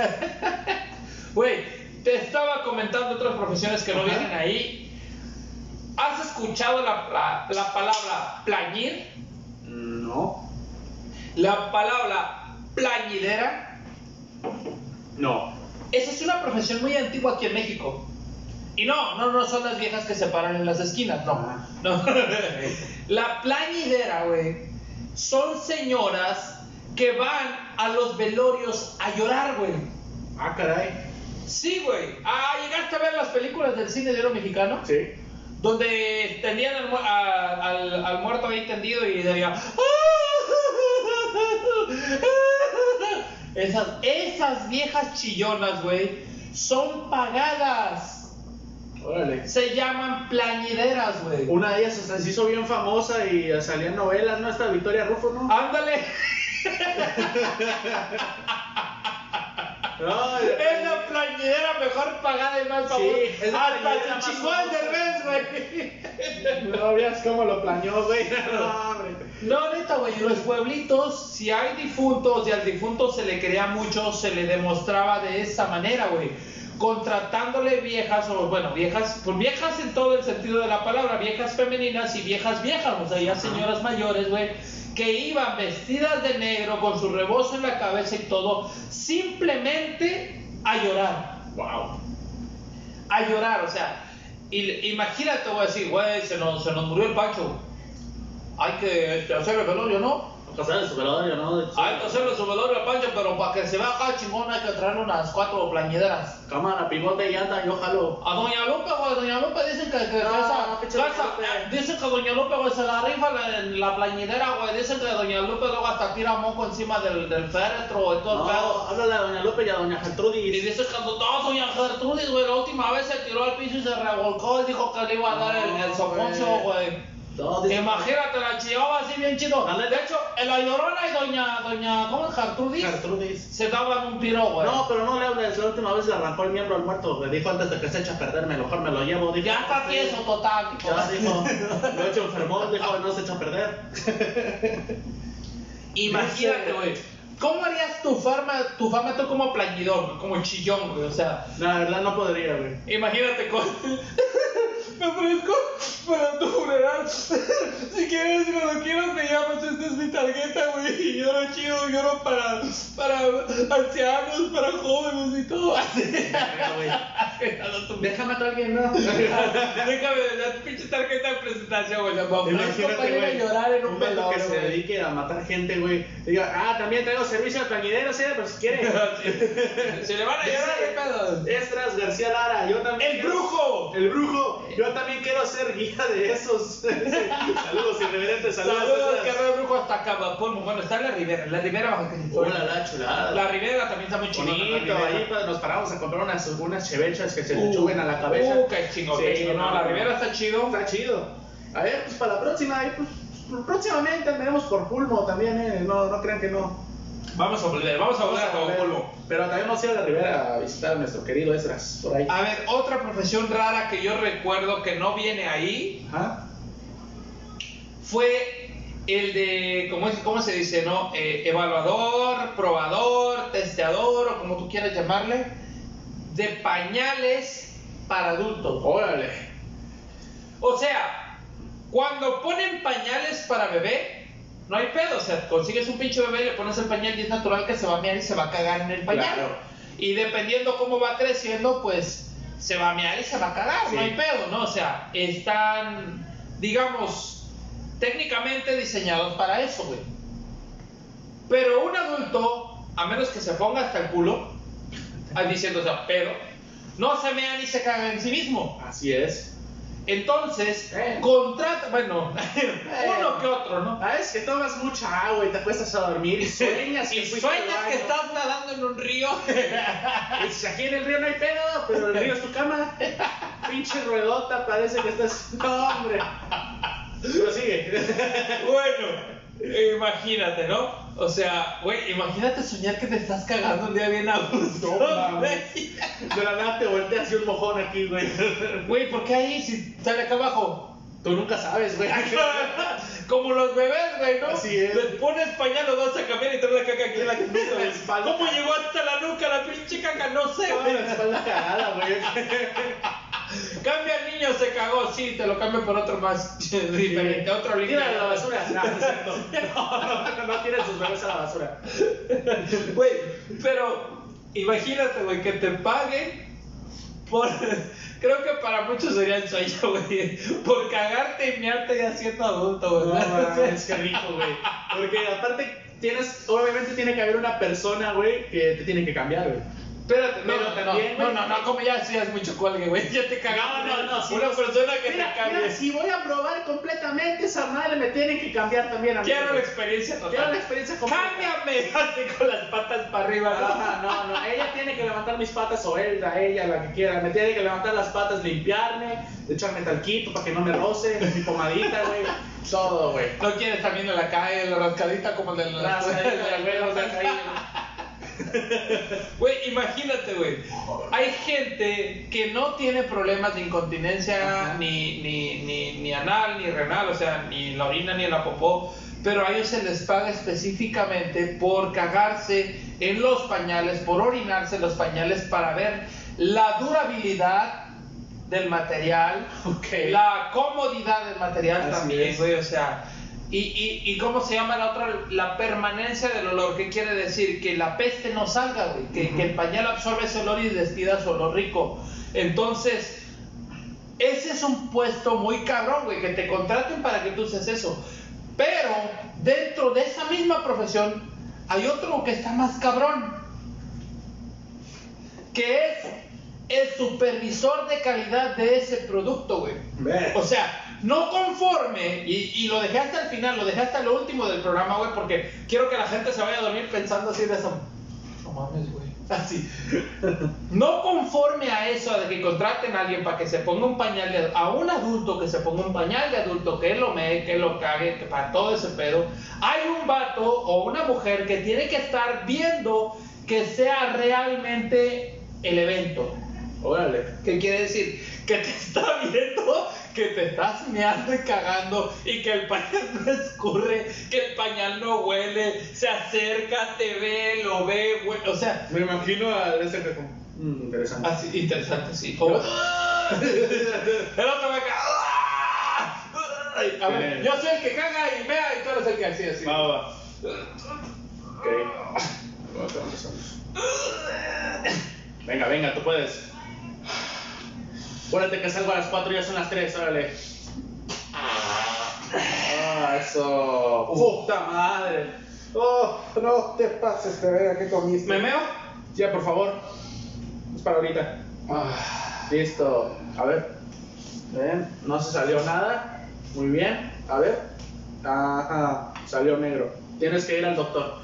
[SPEAKER 1] Güey, te estaba comentando otras profesiones que no
[SPEAKER 2] Ajá.
[SPEAKER 1] vienen ahí. ¿Has escuchado la, la, la palabra plañir?
[SPEAKER 2] No.
[SPEAKER 1] La palabra plañidera.
[SPEAKER 2] No.
[SPEAKER 1] Esa es una profesión muy antigua aquí en México. Y no, no, no son las viejas que se paran en las esquinas, no.
[SPEAKER 2] Ah.
[SPEAKER 1] no. La plañidera, güey, son señoras que van a los velorios a llorar, güey.
[SPEAKER 2] Ah, caray.
[SPEAKER 1] Sí, güey. Ah, ¿llegaste a ver las películas del cine de oro mexicano?
[SPEAKER 2] Sí.
[SPEAKER 1] Donde tenían al, mu- a- al, al muerto ahí tendido y decía... Esas, esas viejas chillonas, güey, son pagadas.
[SPEAKER 2] Órale.
[SPEAKER 1] Se llaman plañideras, güey.
[SPEAKER 2] Una de ellas hasta se hizo bien famosa y salía en novelas, ¿no? Esta Victoria Rufo, ¿no?
[SPEAKER 1] Ándale.
[SPEAKER 2] No,
[SPEAKER 1] Es la plañidera mejor pagada y más famosa.
[SPEAKER 2] Sí, es la plañidera
[SPEAKER 1] Hasta
[SPEAKER 2] más
[SPEAKER 1] se chingó el
[SPEAKER 2] famosa.
[SPEAKER 1] Derbez, güey.
[SPEAKER 2] No veas cómo lo planeó, güey. No, hombre.
[SPEAKER 1] No, neta, güey, en los pueblitos, si hay difuntos y al difunto se le quería mucho, se le demostraba de esa manera, güey. Contratándole viejas, o bueno, viejas, pues viejas en todo el sentido de la palabra, viejas femeninas y viejas viejas, o sea, ya señoras mayores, güey, que iban vestidas de negro, con su rebozo en la cabeza y todo, simplemente a llorar.
[SPEAKER 2] Wow.
[SPEAKER 1] A llorar, o sea, y, imagínate, voy a decir, güey, se nos, se nos murió el Pancho. Hay que este, hacer el velorio, ¿no?
[SPEAKER 2] Casar de su velorio, ¿no?
[SPEAKER 1] Hay que hacerle su velorio al Pancho, pero para que se vea acá chingón hay que traer unas cuatro plañideras.
[SPEAKER 2] Cámara, pivote y anda, yo jalo.
[SPEAKER 1] A Doña Lupe, güey, Doña Lupe dicen que, que
[SPEAKER 2] No,
[SPEAKER 1] esa,
[SPEAKER 2] no, pinche
[SPEAKER 1] que
[SPEAKER 2] Doña
[SPEAKER 1] esa-
[SPEAKER 2] Lupe.
[SPEAKER 1] eh, dicen que Doña Lupe, güey, se la rifa en la plañidera, güey. Dicen que Doña Lupe luego hasta tira moco encima del, del féretro y todo el pedo.
[SPEAKER 2] No, háblale a Doña Lupe y a Doña
[SPEAKER 1] Y
[SPEAKER 2] Gertrudis.
[SPEAKER 1] dices que no, Doña Gertrudis, güey, la última vez se tiró al piso y se revolcó y dijo que le iba a dar el, el
[SPEAKER 2] No,
[SPEAKER 1] soponcio,
[SPEAKER 2] güey.
[SPEAKER 1] güey.
[SPEAKER 2] No, dice-
[SPEAKER 1] Imagínate, la chillaba así bien chido.
[SPEAKER 2] Dale.
[SPEAKER 1] De hecho, en la Llorona y Doña, Doña, ¿cómo es? Gertrudis,
[SPEAKER 2] Gertrudis.
[SPEAKER 1] se daban un tiro, güey.
[SPEAKER 2] No, pero no le hables, la última vez le arrancó el miembro al muerto. Le dijo antes de que se eche a perder, mejor me lo llevo. Dijo,
[SPEAKER 1] Ya está
[SPEAKER 2] "Sí".
[SPEAKER 1] tieso total, dijo.
[SPEAKER 2] Ya dijo, lo he hecho enfermón, dijo, no se echa a perder.
[SPEAKER 1] Imagínate, güey. ¿Cómo harías tu fama, tu fama tú como plañidor, como chillón, güey? O sea,
[SPEAKER 2] No, la verdad no podría, güey.
[SPEAKER 1] imagínate con... me ofrezco para tu funeral. Si quieres, cuando quieras me llamas, esta es mi tarjeta, güey. Y lloro chido, lloro para, para ancianos, para jóvenes y todo.
[SPEAKER 2] Déjame a tu alguien, ¿no?
[SPEAKER 1] Déjame la pinche tarjeta de presentación, güey. Me ofrezco para ir a llorar en un
[SPEAKER 2] vato
[SPEAKER 1] velorio,
[SPEAKER 2] que se
[SPEAKER 1] güey.
[SPEAKER 2] dedique a matar gente, güey. Diga, ah, también traigo servicio de plañidero, ¿sí? Pero si quiere.
[SPEAKER 1] Si le van a llorar, qué pedo.
[SPEAKER 2] Estras García Lara, yo también.
[SPEAKER 1] ¡El
[SPEAKER 2] quiero-
[SPEAKER 1] brujo!
[SPEAKER 2] El brujo, yo también quiero ser guía de esos. Saludos irreverentes, saludos.
[SPEAKER 1] Saludos,
[SPEAKER 2] Estras.
[SPEAKER 1] Carrera Brujo hasta Cabapolmo. Bueno, está en la Ribera, en la Ribera Baja California.
[SPEAKER 2] Hola, la chulada.
[SPEAKER 1] La Ribera también está muy chingona. la
[SPEAKER 2] Bonito,
[SPEAKER 1] Ribera.
[SPEAKER 2] ahí pues, nos paramos a comprar unas, unas chevechas que se le
[SPEAKER 1] Uh,
[SPEAKER 2] chuben a la cabeza.
[SPEAKER 1] Uh, qué chingón, qué
[SPEAKER 2] Sí,
[SPEAKER 1] chingón. No,
[SPEAKER 2] no,
[SPEAKER 1] la
[SPEAKER 2] no.
[SPEAKER 1] Ribera está chido.
[SPEAKER 2] Está chido. A ver, pues para la próxima, ahí, pues, próximamente andaremos por Pulmo también, eh. No, no crean que no.
[SPEAKER 1] Vamos a volver, vamos a volver a
[SPEAKER 2] Vamos a ver.
[SPEAKER 1] Cabapolmo.
[SPEAKER 2] Pero también vamos a ir a la Ribera a visitar a nuestro querido Esdras, por ahí.
[SPEAKER 1] A ver, otra profesión rara que yo recuerdo que no viene ahí
[SPEAKER 2] Ajá.
[SPEAKER 1] fue el de, ¿cómo, es, cómo se dice, no? Eh, evaluador, probador, testeador o como tú quieras llamarle, de pañales para adultos.
[SPEAKER 2] Órale.
[SPEAKER 1] O sea, cuando ponen pañales para bebé, no hay pedo. O sea, consigues un pinche bebé, le pones el pañal y es natural que se va a mear y se va a cagar en el pañal.
[SPEAKER 2] Claro.
[SPEAKER 1] Y dependiendo cómo va creciendo, pues se va a mear y se va a cagar.
[SPEAKER 2] Sí.
[SPEAKER 1] No hay pedo, ¿no? O sea, están, digamos, técnicamente diseñados para eso, güey. Pero un adulto, a menos que se ponga hasta el culo, ah, diciendo, o sea, pedo, no se mea ni se caga en sí mismo.
[SPEAKER 2] Así es.
[SPEAKER 1] Entonces,
[SPEAKER 2] Eh.
[SPEAKER 1] contrata, bueno, uno que otro, ¿no?
[SPEAKER 2] Ah, es que tomas mucha agua y te acuestas a dormir y sueñas
[SPEAKER 1] Y
[SPEAKER 2] que fuiste al
[SPEAKER 1] sueñas
[SPEAKER 2] baño.
[SPEAKER 1] que estás nadando en un río.
[SPEAKER 2] Y dices, aquí en el río no hay pedo, pero el río es tu cama. Pinche ruedota, parece que estás. No, hombre. Pero sigue.
[SPEAKER 1] Bueno, imagínate, ¿no? O sea, güey, imagínate soñar que te estás cagando un día bien a gusto.
[SPEAKER 2] No, mames. De la nada te volteas y un mojón aquí, güey.
[SPEAKER 1] Güey, ¿por qué ahí si sale acá abajo?
[SPEAKER 2] Tú nunca sabes, güey.
[SPEAKER 1] Como los bebés, güey, ¿no?
[SPEAKER 2] Así es.
[SPEAKER 1] Les pones pañal, los vas a cambiar y trae la caca aquí en la cabeza,
[SPEAKER 2] La
[SPEAKER 1] güey.
[SPEAKER 2] espalda.
[SPEAKER 1] ¿Cómo llegó hasta la nuca la pinche caca? No sé,
[SPEAKER 2] Toda
[SPEAKER 1] güey.
[SPEAKER 2] la espalda cagada, güey.
[SPEAKER 1] Cambia al niño, se cagó, sí, te lo cambio por otro más diferente, otro líquido.
[SPEAKER 2] Tíralo a la basura. No, no es cierto. No, no, no, no tiren sus bebés a la basura.
[SPEAKER 1] Güey, pero imagínate, güey, que te paguen por... Creo que para muchos sería el sueño, güey. Por cagarte y mearte ya siendo adulto, güey.
[SPEAKER 2] No, mames, qué rico, güey. Porque aparte tienes, obviamente tiene que haber una persona, güey, que te tiene que cambiar, güey.
[SPEAKER 1] Espérate, no,
[SPEAKER 2] Pero
[SPEAKER 1] no,
[SPEAKER 2] también,
[SPEAKER 1] no,
[SPEAKER 2] güey.
[SPEAKER 1] no, no, como ya hacías mucho cuelgue, güey. Ya te cagaste.
[SPEAKER 2] No, no, no, sí.
[SPEAKER 1] Una persona que
[SPEAKER 2] Mira,
[SPEAKER 1] te cambie.
[SPEAKER 2] mira, si voy a probar completamente esa madre, me tienen que cambiar también a mí.
[SPEAKER 1] Quiero la
[SPEAKER 2] güey.
[SPEAKER 1] experiencia total.
[SPEAKER 2] Quiero la experiencia completa.
[SPEAKER 1] ¡Cámbiame! Así con las patas para arriba, ¿no?
[SPEAKER 2] Ajá, no, no, ella tiene que levantar mis patas o él, a ella, la que quiera. Me tiene que levantar las patas, limpiarme, echarme talquito para que no me roce, mi pomadita, güey. Todo, güey.
[SPEAKER 1] No quieres también en la calle, la rascadita como el de la...
[SPEAKER 2] Las
[SPEAKER 1] Güey, imagínate, güey. Hay gente que no tiene problemas de incontinencia ni, ni, ni, ni anal ni renal, o sea, ni la orina ni la popó, pero a ellos se les paga específicamente por cagarse en los pañales, por orinarse en los pañales para ver la durabilidad del material,
[SPEAKER 2] Ok.
[SPEAKER 1] la comodidad del material
[SPEAKER 2] Así
[SPEAKER 1] también,
[SPEAKER 2] es.
[SPEAKER 1] güey, o sea. Y, y, ¿Y cómo se llama la otra? La permanencia del olor. ¿Qué quiere decir? Que la peste no salga, güey. Que,
[SPEAKER 2] Ujú.
[SPEAKER 1] que el pañal absorbe ese olor y destila su olor rico. Entonces, ese es un puesto muy cabrón, güey. Que te contraten para que tú uses eso. Pero, dentro de esa misma profesión, hay otro que está más cabrón. Que es el supervisor de calidad de ese producto, güey.
[SPEAKER 2] Ve.
[SPEAKER 1] O sea, no conforme, y, y lo dejé hasta el final, lo dejé hasta lo último del programa, güey, porque quiero que la gente se vaya a dormir pensando así de eso. No mames, güey. Así. No conforme a eso, de que contraten a alguien para que se ponga un pañal de, a un adulto que se ponga un pañal de adulto, que él lo mee, que él lo cague, que para todo ese pedo, hay un vato o una mujer que tiene que estar viendo que sea realmente el evento.
[SPEAKER 2] Órale.
[SPEAKER 1] ¿Qué quiere decir? Que te está viendo, que te estás meando y cagando y que el pañal no escurre, que el pañal no huele, se acerca, te ve, lo ve, güey, o sea,
[SPEAKER 2] Me imagino a ese que como. Mm, interesante.
[SPEAKER 1] así, interesante, sí. O, El otro va acá. A ver, yo soy el que caga y mea y tú eres el que así, así.
[SPEAKER 2] Va, va, va. Ok. Venga, venga, tú puedes. Acuérdate que salgo a las cuatro y ya son las tres, órale. Ah, eso. Puta madre.
[SPEAKER 4] Oh, no te pases de ver a qué comiste.
[SPEAKER 1] ¿Me meo?
[SPEAKER 2] Ya, por favor. Es para ahorita.
[SPEAKER 4] Ah,
[SPEAKER 2] Listo. A ver. Ven, no se salió nada. Muy bien. A ver. Ajá. Salió negro. Tienes que ir al doctor.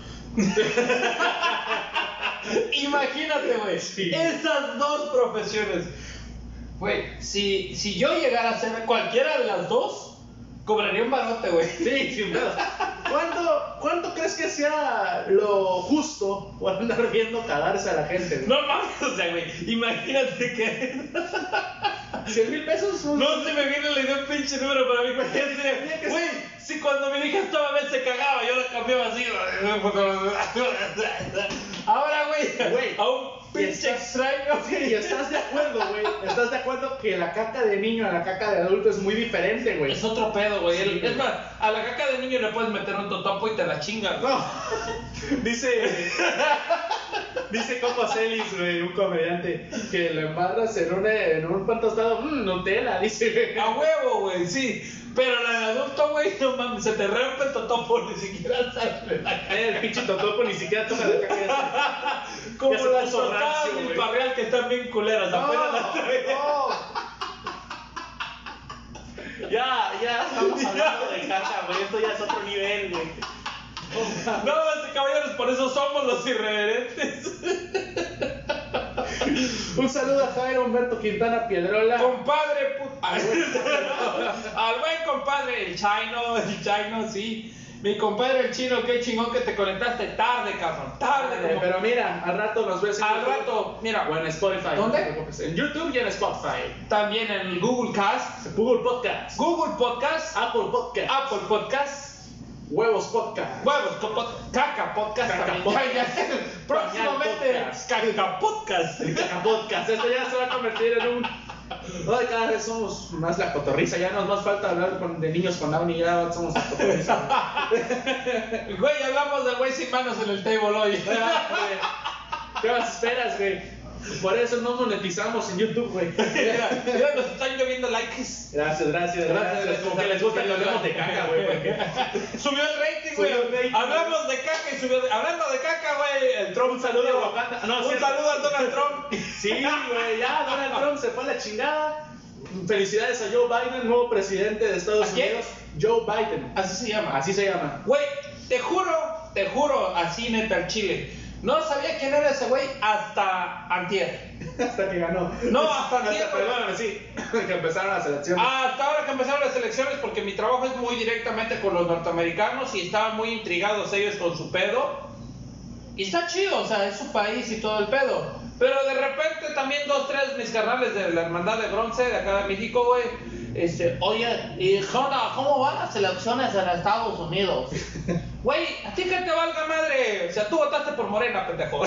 [SPEAKER 1] Imagínate, güey.
[SPEAKER 2] Sí.
[SPEAKER 1] Esas dos profesiones. Güey, si, si yo llegara a hacer cualquiera de las dos, cobraría un barote, güey.
[SPEAKER 2] Sí, sin pedo. ¿Cuánto, ¿Cuánto crees que sea lo justo por andar viendo cagarse a la gente?
[SPEAKER 1] No mames, o sea, güey. Imagínate que.
[SPEAKER 2] ¿Cien mil pesos?
[SPEAKER 1] No se me viene la idea un pinche número para mí. Imagínate, güey, si cuando mi hija estaba bien se cagaba, yo la cambiaba así. Ahora, güey,
[SPEAKER 2] Güey,
[SPEAKER 1] a un
[SPEAKER 2] y
[SPEAKER 1] pinche
[SPEAKER 2] estás-
[SPEAKER 1] extraño.
[SPEAKER 2] Y estás de acuerdo, güey. Estás de acuerdo que la caca de niño a la caca de adulto es muy diferente, güey.
[SPEAKER 1] Es otro pedo, güey.
[SPEAKER 2] Sí,
[SPEAKER 1] El-
[SPEAKER 2] güey.
[SPEAKER 1] es más, a la caca de niño le puedes meter un totopo y te la chingas.
[SPEAKER 2] No. Dice. Dice Coco Celis, güey, un comediante, que le embarras en un, en un pan tostado, mmm, Nutella, dice, güey.
[SPEAKER 1] A huevo, güey, sí. Pero la de adulto, güey, no mames, se te rompe el totopo, ni siquiera sale de la caca.
[SPEAKER 2] El pinche totopo ni siquiera toca la caca.
[SPEAKER 1] Como
[SPEAKER 2] Ya se
[SPEAKER 1] las
[SPEAKER 2] puso
[SPEAKER 1] tortadas
[SPEAKER 2] rancio,
[SPEAKER 1] del
[SPEAKER 2] güey.
[SPEAKER 1] parreal que están bien culeras, apenas las traen.
[SPEAKER 2] Ya, ya estamos hablando de caca, güey. Esto ya es otro nivel, güey.
[SPEAKER 1] No, este caballeros, por eso somos los irreverentes.
[SPEAKER 2] Un saludo a Jairo Humberto Quintana Piedrola.
[SPEAKER 1] Compadre, pu- al buen compadre, el chino, el chino, sí. Mi compadre, el chino, qué chingón que te conectaste tarde, cabrón. Tarde,
[SPEAKER 2] Eh,
[SPEAKER 1] como...
[SPEAKER 2] Pero mira, al rato nos ves en
[SPEAKER 1] Al
[SPEAKER 2] YouTube.
[SPEAKER 1] rato, mira.
[SPEAKER 2] O en Spotify.
[SPEAKER 1] ¿Dónde?
[SPEAKER 2] no te preocupes. En YouTube y en Spotify.
[SPEAKER 1] También en el Google Cast,
[SPEAKER 2] Google Podcast.
[SPEAKER 1] Google Podcast,
[SPEAKER 2] Apple Podcast.
[SPEAKER 1] Apple Podcast,
[SPEAKER 2] Huevos Podcast.
[SPEAKER 1] Huevos, co- Caca Podcast
[SPEAKER 2] Caca
[SPEAKER 1] también.
[SPEAKER 2] Podcast.
[SPEAKER 1] Ya, ya. Próximamente,
[SPEAKER 2] Podcast.
[SPEAKER 1] Caca Podcast.
[SPEAKER 2] Caca Podcast. Esto ya se va a convertir en un. Hoy cada vez somos más la cotorriza. Ya nos más falta hablar con- de niños con Down y ya somos la cotorriza.
[SPEAKER 1] Güey, hablamos del güey sin manos en el table hoy.
[SPEAKER 2] ¿Qué más esperas, güey? Por eso no monetizamos en YouTube, güey.
[SPEAKER 1] Mira, mira, nos están lloviendo likes.
[SPEAKER 2] Gracias, gracias, gracias.
[SPEAKER 1] gracias.
[SPEAKER 2] Como que les gusta que hablemos de caca, güey. porque-
[SPEAKER 1] Subió el rating, güey.
[SPEAKER 2] Subió el rating.
[SPEAKER 1] Hablamos de caca y subió. Hablando de caca, güey. El Trump.
[SPEAKER 2] Un saludo a Wakanda. No,
[SPEAKER 1] Un
[SPEAKER 2] sí.
[SPEAKER 1] saludo a Donald Trump.
[SPEAKER 2] Sí, güey, ya Donald Trump se fue a la chingada. Felicidades a Joe Biden, nuevo presidente de Estados
[SPEAKER 1] ¿A quién?
[SPEAKER 2] Unidos. Joe Biden.
[SPEAKER 1] Así se llama.
[SPEAKER 2] Así se llama.
[SPEAKER 1] Güey, te juro, te juro, así neta al chile. No sabía quién era ese güey hasta antier.
[SPEAKER 2] Hasta que ganó.
[SPEAKER 1] No, hasta antier, güey.
[SPEAKER 2] Perdóname, sí. Que empezaron las elecciones.
[SPEAKER 1] Hasta ahora que empezaron las elecciones, porque mi trabajo es muy directamente con los norteamericanos y estaban muy intrigados ellos con su pedo. Y está chido, o sea, es su país y todo el pedo. Pero de repente también dos, tres mis carnales de la Hermandad de Bronce de acá de México, güey. Este, oye, ¿y Jona, cómo van las elecciones en Estados Unidos? Güey, ¿a ti que te valga madre? O sea, tú votaste por Morena, pendejo.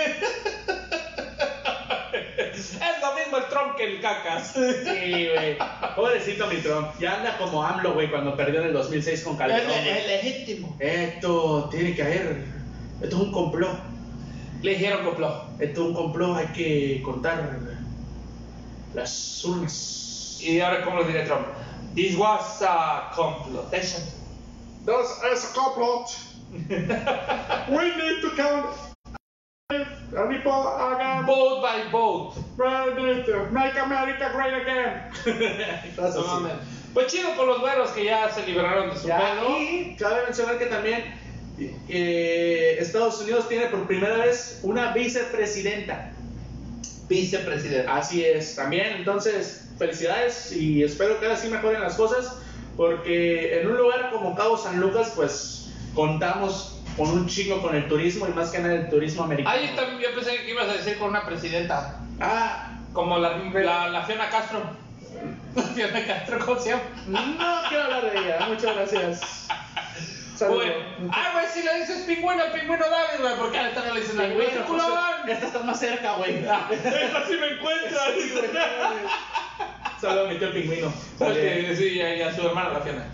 [SPEAKER 1] Es lo mismo el Trump que el cacas.
[SPEAKER 2] Sí, güey. Pobrecito mi Trump. Ya anda como AMLO, güey, cuando perdió en el dos mil seis con Calderón.
[SPEAKER 1] Es,
[SPEAKER 2] güey.
[SPEAKER 1] es legítimo.
[SPEAKER 2] Esto tiene que haber. Esto es un complot.
[SPEAKER 1] Le dijeron complot.
[SPEAKER 2] Esto es un complot. Hay que contar las urnas.
[SPEAKER 1] Y ahora, ¿cómo lo diré Trump? This was a complotation.
[SPEAKER 4] This is a complot. We need to count. People again.
[SPEAKER 1] Vote by vote.
[SPEAKER 4] We need to make America great again.
[SPEAKER 2] Cosas
[SPEAKER 1] No
[SPEAKER 2] así.
[SPEAKER 1] mames. Pues chido por los güeros que ya se liberaron de su
[SPEAKER 2] Ya,
[SPEAKER 1] pedo.
[SPEAKER 2] y cabe mencionar que también eh, Estados Unidos tiene por primera vez una vicepresidenta.
[SPEAKER 1] Vicepresidente.
[SPEAKER 2] Así es, también. Entonces, felicidades y espero que ahora sí mejoren las cosas, porque en un lugar como Cabo San Lucas, pues contamos con un chingo con el turismo y más que nada el turismo americano.
[SPEAKER 1] Ahí también yo pensé que ibas a decir con una presidenta.
[SPEAKER 2] Ah,
[SPEAKER 1] Como la, la, la Fiona Castro. Fiona Castro, ¿cómo se llama?
[SPEAKER 2] no quiero hablar de ella. Muchas gracias. Saludos.
[SPEAKER 1] Güey. Ah, güey, si le dices pingüino, el pingüino David, güey, porque ahorita no le dices nada.
[SPEAKER 2] Pingüino,
[SPEAKER 1] Güey, culón.
[SPEAKER 2] Esta está más cerca, güey.
[SPEAKER 1] Esta sí me encuentras.
[SPEAKER 2] Solo metió el pingüino.
[SPEAKER 1] Porque sí, y a, y a su hermana la Fiona.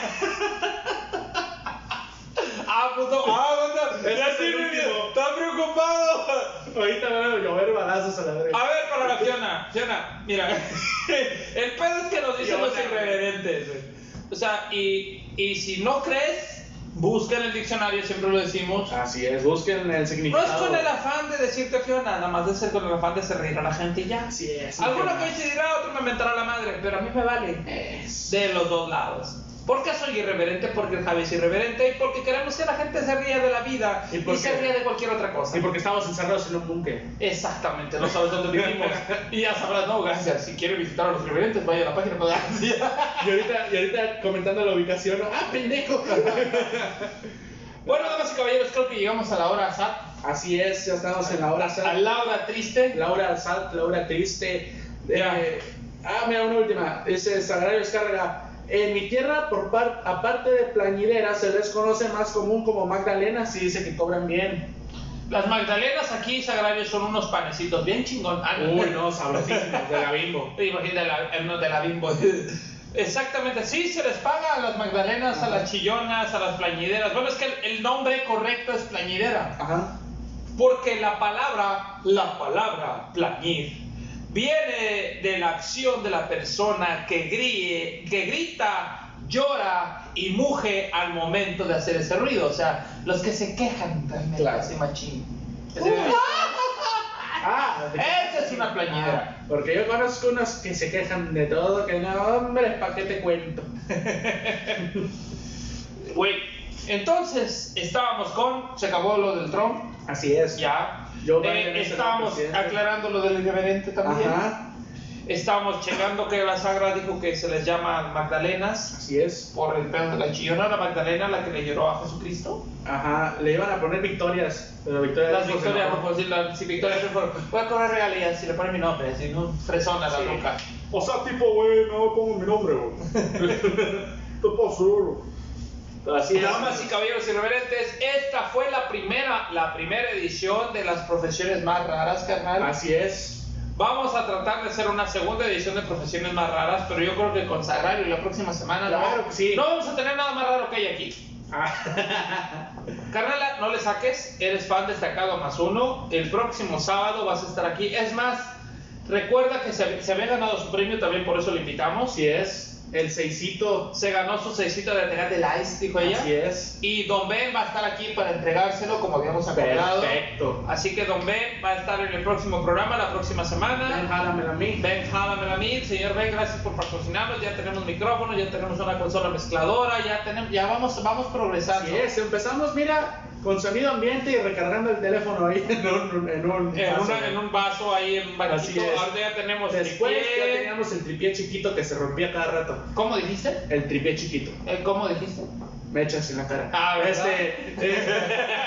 [SPEAKER 1] Ah, puto, ah, puto,
[SPEAKER 2] Ese
[SPEAKER 1] ya
[SPEAKER 2] es
[SPEAKER 1] sí
[SPEAKER 2] el
[SPEAKER 1] me
[SPEAKER 2] último.
[SPEAKER 1] está preocupado.
[SPEAKER 2] Ahorita van a llover balazos a la verga.
[SPEAKER 1] A ver, para la Fiona, Fiona, mira, el pedo es que nos dicen
[SPEAKER 2] Yo
[SPEAKER 1] los
[SPEAKER 2] también.
[SPEAKER 1] irreverentes, güey. O sea, y, y si no crees, busca en el diccionario, siempre lo decimos.
[SPEAKER 2] Así es, busquen el
[SPEAKER 1] No es
[SPEAKER 2] significado.
[SPEAKER 1] con el afán de decirte Fiona, nada más de ser con el afán de hacer reír a la gente y ya.
[SPEAKER 2] Así es.
[SPEAKER 1] Alguno
[SPEAKER 2] Fiona.
[SPEAKER 1] coincidirá, otro me mentará la madre, pero a mí me vale.
[SPEAKER 2] Es.
[SPEAKER 1] De los dos lados. ¿Por qué soy irreverente? Porque el Javi es irreverente y porque queremos que la gente se ría de la vida
[SPEAKER 2] ¿Y
[SPEAKER 1] y,
[SPEAKER 2] por
[SPEAKER 1] se
[SPEAKER 2] qué?
[SPEAKER 1] ría de cualquier otra cosa.
[SPEAKER 2] Y porque estamos encerrados en un búnker.
[SPEAKER 1] Exactamente, no sabes dónde vivimos. Y ya sabrás, no, gracias. Si quiere visitar a los irreverentes, vaya a la página.
[SPEAKER 2] Y ahorita, y ahorita comentando la ubicación, ¿no? ¡Ah, pendejo!
[SPEAKER 1] Bueno, damas y caballeros, creo que llegamos a la hora SAT.
[SPEAKER 2] Así es, ya estamos en la hora
[SPEAKER 1] A
[SPEAKER 2] sal.
[SPEAKER 1] la hora triste.
[SPEAKER 2] La hora sal, la hora triste.
[SPEAKER 1] Ya.
[SPEAKER 2] Eh, ah, mira, una última. Dice Sagrario Descarga. En mi tierra, por par, aparte de plañideras, se les conoce más común como magdalenas y dice que cobran bien.
[SPEAKER 1] Las magdalenas aquí, Sagrario, son unos panecitos bien chingón. Ah,
[SPEAKER 2] Uy, no, sabrosísimos, de la Bimbo.
[SPEAKER 1] Imagínate, de la, no, de la Bimbo. Exactamente, sí, se les paga a las magdalenas, a las chillonas, a las plañideras. Bueno, es que el, el nombre correcto es plañidera.
[SPEAKER 2] Ajá.
[SPEAKER 1] Porque la palabra, la palabra plañir, viene de la acción de la persona que, grite, que grita, llora y muge al momento de hacer ese ruido. O sea, los que se quejan realmente,
[SPEAKER 2] Claro.
[SPEAKER 1] ese machín.
[SPEAKER 2] Ah,
[SPEAKER 1] Esa es una plañidera.
[SPEAKER 2] Ah, porque yo conozco unos que se quejan de todo, que no, hombre, ¿para qué te cuento?
[SPEAKER 1] Güey, entonces estábamos con, se acabó lo del Trump,
[SPEAKER 2] Así es.
[SPEAKER 1] ya.
[SPEAKER 2] Joe
[SPEAKER 1] Eh,
[SPEAKER 2] Biden es el
[SPEAKER 1] estábamos
[SPEAKER 2] presidente.
[SPEAKER 1] aclarando lo del irreverente también.
[SPEAKER 2] Ajá.
[SPEAKER 1] Estábamos checando que la Sagra dijo que se les llama Magdalenas
[SPEAKER 2] Así es.
[SPEAKER 1] por el pedo de la chillona, la Magdalena, la que le lloró a Jesucristo.
[SPEAKER 2] Ajá. Le iban a poner victorias, pero Victoria
[SPEAKER 1] Las
[SPEAKER 2] dijo que
[SPEAKER 1] Victorias,
[SPEAKER 2] no.
[SPEAKER 1] no puedo decir, la- si Victoria se fue, voy a cobrar regalías si le ponen mi nombre, si no, fresona la
[SPEAKER 2] Sí.
[SPEAKER 1] loca.
[SPEAKER 4] O sea, tipo, güey, no me pongo mi nombre, güey. ¿Qué pasó?
[SPEAKER 2] Así es.
[SPEAKER 1] Damas y caballeros irreverentes, esta fue la primera, la primera edición de las profesiones más raras, carnal.
[SPEAKER 2] Así es.
[SPEAKER 1] Vamos a tratar de hacer una segunda edición de profesiones más raras, pero yo creo que con Sagrario la próxima semana
[SPEAKER 2] Claro
[SPEAKER 1] no,
[SPEAKER 2] que sí.
[SPEAKER 1] no vamos a tener nada más raro que hay aquí.
[SPEAKER 2] Ah.
[SPEAKER 1] Carnala, no le saques, eres fan destacado más uno. El próximo sábado vas a estar aquí. Es más, recuerda que se, se había ganado su premio, también por eso lo invitamos.
[SPEAKER 2] Así es. El seisito.
[SPEAKER 1] Se ganó su seisito de Tecate Lice, dijo ella.
[SPEAKER 2] Así es.
[SPEAKER 1] Y Don Ben va a estar aquí para entregárselo como habíamos acordado.
[SPEAKER 2] Perfecto.
[SPEAKER 1] Así que Don Ben va a estar en el próximo programa, la próxima semana.
[SPEAKER 2] Ven, jálamela a mí.
[SPEAKER 1] Ben, jálamela a mí. Señor Ben, gracias por patrocinarnos. Ya tenemos micrófonos, ya tenemos una consola mezcladora, ya tenemos, ya vamos, vamos progresando.
[SPEAKER 2] Así es. Empezamos, mira, con sonido ambiente y recargando el teléfono ahí en un, en un
[SPEAKER 1] En,
[SPEAKER 2] vaso.
[SPEAKER 1] una- en un vaso ahí en un
[SPEAKER 2] Así
[SPEAKER 1] banquito.
[SPEAKER 2] es.
[SPEAKER 1] Ahora ya tenemos
[SPEAKER 2] Después
[SPEAKER 1] tripié.
[SPEAKER 2] ya teníamos el tripié chiquito que se rompía cada rato.
[SPEAKER 1] ¿Cómo dijiste?
[SPEAKER 2] El tripié chiquito.
[SPEAKER 1] Eh, ¿Cómo dijiste?
[SPEAKER 2] Mechas en la cara.
[SPEAKER 1] Ah, ¿verdad?
[SPEAKER 2] Este, eh,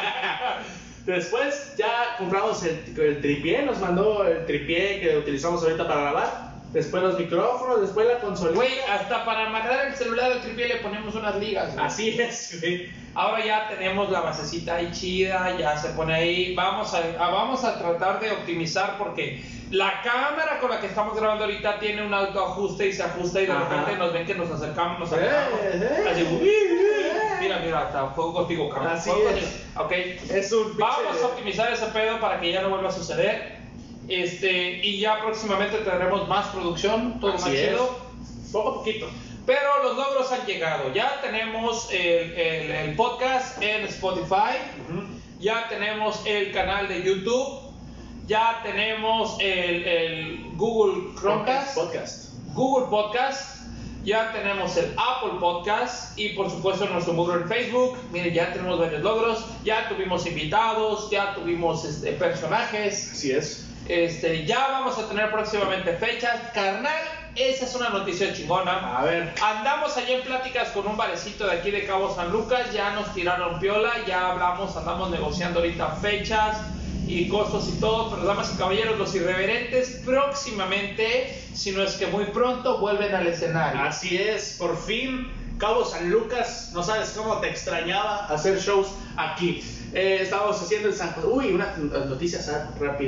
[SPEAKER 2] después ya compramos el, el tripié, nos mandó el tripié que utilizamos ahorita para grabar. Después los micrófonos, después la consolita.
[SPEAKER 1] Güey, hasta para amarrar el celular al tripié le ponemos unas ligas. güey.
[SPEAKER 2] Así es, güey.
[SPEAKER 1] Ahora ya tenemos la basecita ahí chida, ya se pone ahí. Vamos a, a- vamos a tratar de optimizar porque la cámara con la que estamos grabando ahorita tiene un autoajuste y se ajusta y de
[SPEAKER 2] Ajá.
[SPEAKER 1] repente nos ven que nos acercamos, nos acercamos.
[SPEAKER 2] Eh, eh,
[SPEAKER 1] Así, uy, uy, mira, mira, hasta fuego contigo, cabrón.
[SPEAKER 2] Así
[SPEAKER 1] Fuego
[SPEAKER 2] es.
[SPEAKER 1] contigo. Ok.
[SPEAKER 2] Es un pinche-
[SPEAKER 1] Vamos a optimizar ese pedo para que ya no vuelva a suceder. Este, y ya próximamente tendremos más producción, todo
[SPEAKER 2] Así
[SPEAKER 1] más
[SPEAKER 2] es.
[SPEAKER 1] chido.
[SPEAKER 2] Poco a poquito.
[SPEAKER 1] Pero los logros han llegado. Ya tenemos el, el- el podcast en Spotify. Ya tenemos el canal de YouTube. Ya tenemos el, el Google Chromecast.
[SPEAKER 2] Podcast.
[SPEAKER 1] Google Podcast. Ya tenemos el Apple Podcast. Y por supuesto nuestro muro en Facebook. Miren, ya tenemos varios logros. Ya tuvimos invitados. Ya tuvimos este, personajes.
[SPEAKER 2] Así es.
[SPEAKER 1] Este, ya vamos a tener próximamente fechas. Carnal, esa es una noticia chingona.
[SPEAKER 2] A ver.
[SPEAKER 1] Andamos allá en pláticas con un barecito de aquí de Cabo San Lucas. Ya nos tiraron piola, ya hablamos, andamos negociando ahorita fechas y costos y todo. Pero damas y caballeros, los irreverentes próximamente, si no es que muy pronto, vuelven al escenario.
[SPEAKER 2] Así es, por fin, Cabo San Lucas, no sabes cómo te extrañaba hacer shows aquí. Eh, estábamos haciendo el San José. Uy, una noticias ah, rápido.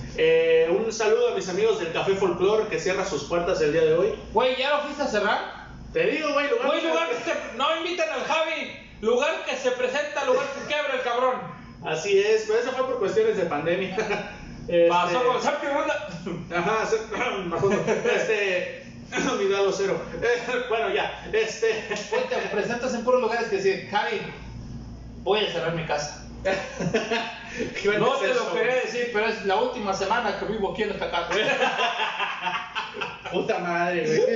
[SPEAKER 2] Eh, un saludo a mis amigos del Café Folklore que cierra sus puertas el día de hoy.
[SPEAKER 1] Güey, ¿ya lo fuiste a cerrar?
[SPEAKER 2] Te digo, güey, lugar.
[SPEAKER 1] Güey, lugar que se... No invitan al Javi. Lugar que se presenta, lugar que quebra el cabrón.
[SPEAKER 2] Así es, pero eso fue por cuestiones de pandemia. Este...
[SPEAKER 1] Pasó con Sergio Ronda.
[SPEAKER 2] Ajá, se... me acuerdo. Este. Mi dado cero. Bueno, ya. Este.
[SPEAKER 1] Güey, te presentas en puros lugares que dicen, Javi, voy a cerrar mi casa. No te lo quería decir, pero es la última semana que vivo aquí en esta casa.
[SPEAKER 2] Puta madre, güey.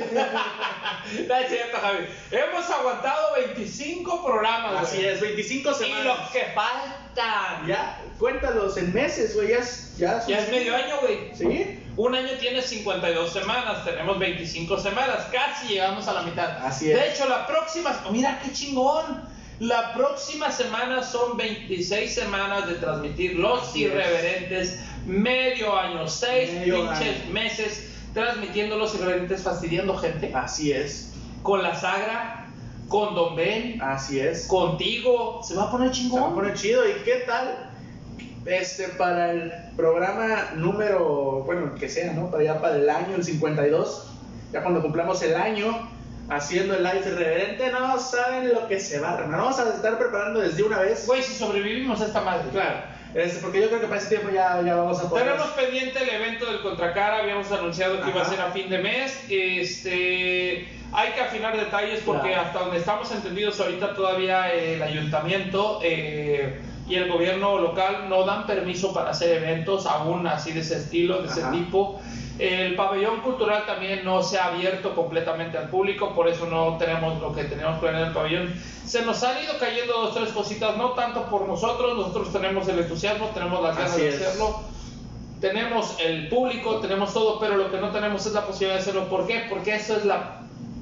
[SPEAKER 1] No es cierto, Javi. Hemos aguantado veinticinco programas.
[SPEAKER 2] Así
[SPEAKER 1] güey.
[SPEAKER 2] es, veinticinco
[SPEAKER 1] Y
[SPEAKER 2] semanas.
[SPEAKER 1] los que faltan.
[SPEAKER 2] Ya, cuéntalos en meses, güey. Ya es, ya, son-
[SPEAKER 1] Ya es medio año, güey.
[SPEAKER 2] ¿Sí?
[SPEAKER 1] Un año tiene cincuenta y dos semanas, tenemos veinticinco semanas, casi llegamos a la mitad.
[SPEAKER 2] Así es.
[SPEAKER 1] De hecho, la próxima, oh, mira qué chingón. La próxima semana son veintiséis semanas de transmitir Los
[SPEAKER 2] Así es.
[SPEAKER 1] Irreverentes, medio año, seis
[SPEAKER 2] Medio
[SPEAKER 1] pinches
[SPEAKER 2] año.
[SPEAKER 1] meses transmitiendo Los Irreverentes, fastidiando gente.
[SPEAKER 2] Así es.
[SPEAKER 1] Con la Sagra, con Don Ben,
[SPEAKER 2] Así es.
[SPEAKER 1] contigo. Se va a poner
[SPEAKER 2] Se
[SPEAKER 1] chingón.
[SPEAKER 2] va a poner chido. ¿Y qué tal? Este, para el programa número, bueno, el que sea, ¿no? Para ya para el año, el cincuenta y dos, ya cuando cumplamos el año haciendo el live irreverente, no saben lo que se va a armar. Vamos a estar preparando desde una vez.
[SPEAKER 1] Güey, si sobrevivimos a esta madre.
[SPEAKER 2] Claro, este, porque yo creo que para ese tiempo ya, ya vamos a poder.
[SPEAKER 1] Tenemos pendiente el evento del Contracara, habíamos anunciado que iba a
[SPEAKER 2] Ajá.
[SPEAKER 1] ser a fin de mes. Este, hay que afinar detalles porque
[SPEAKER 2] Claro.
[SPEAKER 1] hasta donde estamos entendidos ahorita todavía el ayuntamiento eh, y el gobierno local no dan permiso para hacer eventos aún así de ese estilo, de ese
[SPEAKER 2] Ajá.
[SPEAKER 1] tipo. El pabellón cultural también no se ha abierto completamente al público, por eso no tenemos lo que tenemos planeado en el pabellón. Se nos han ido cayendo dos, tres cositas, no tanto por nosotros, nosotros tenemos el entusiasmo, tenemos las ganas
[SPEAKER 2] Así
[SPEAKER 1] de
[SPEAKER 2] es.
[SPEAKER 1] hacerlo, tenemos el público, tenemos todo, pero lo que no tenemos es la posibilidad de hacerlo. ¿Por qué? Porque eso es la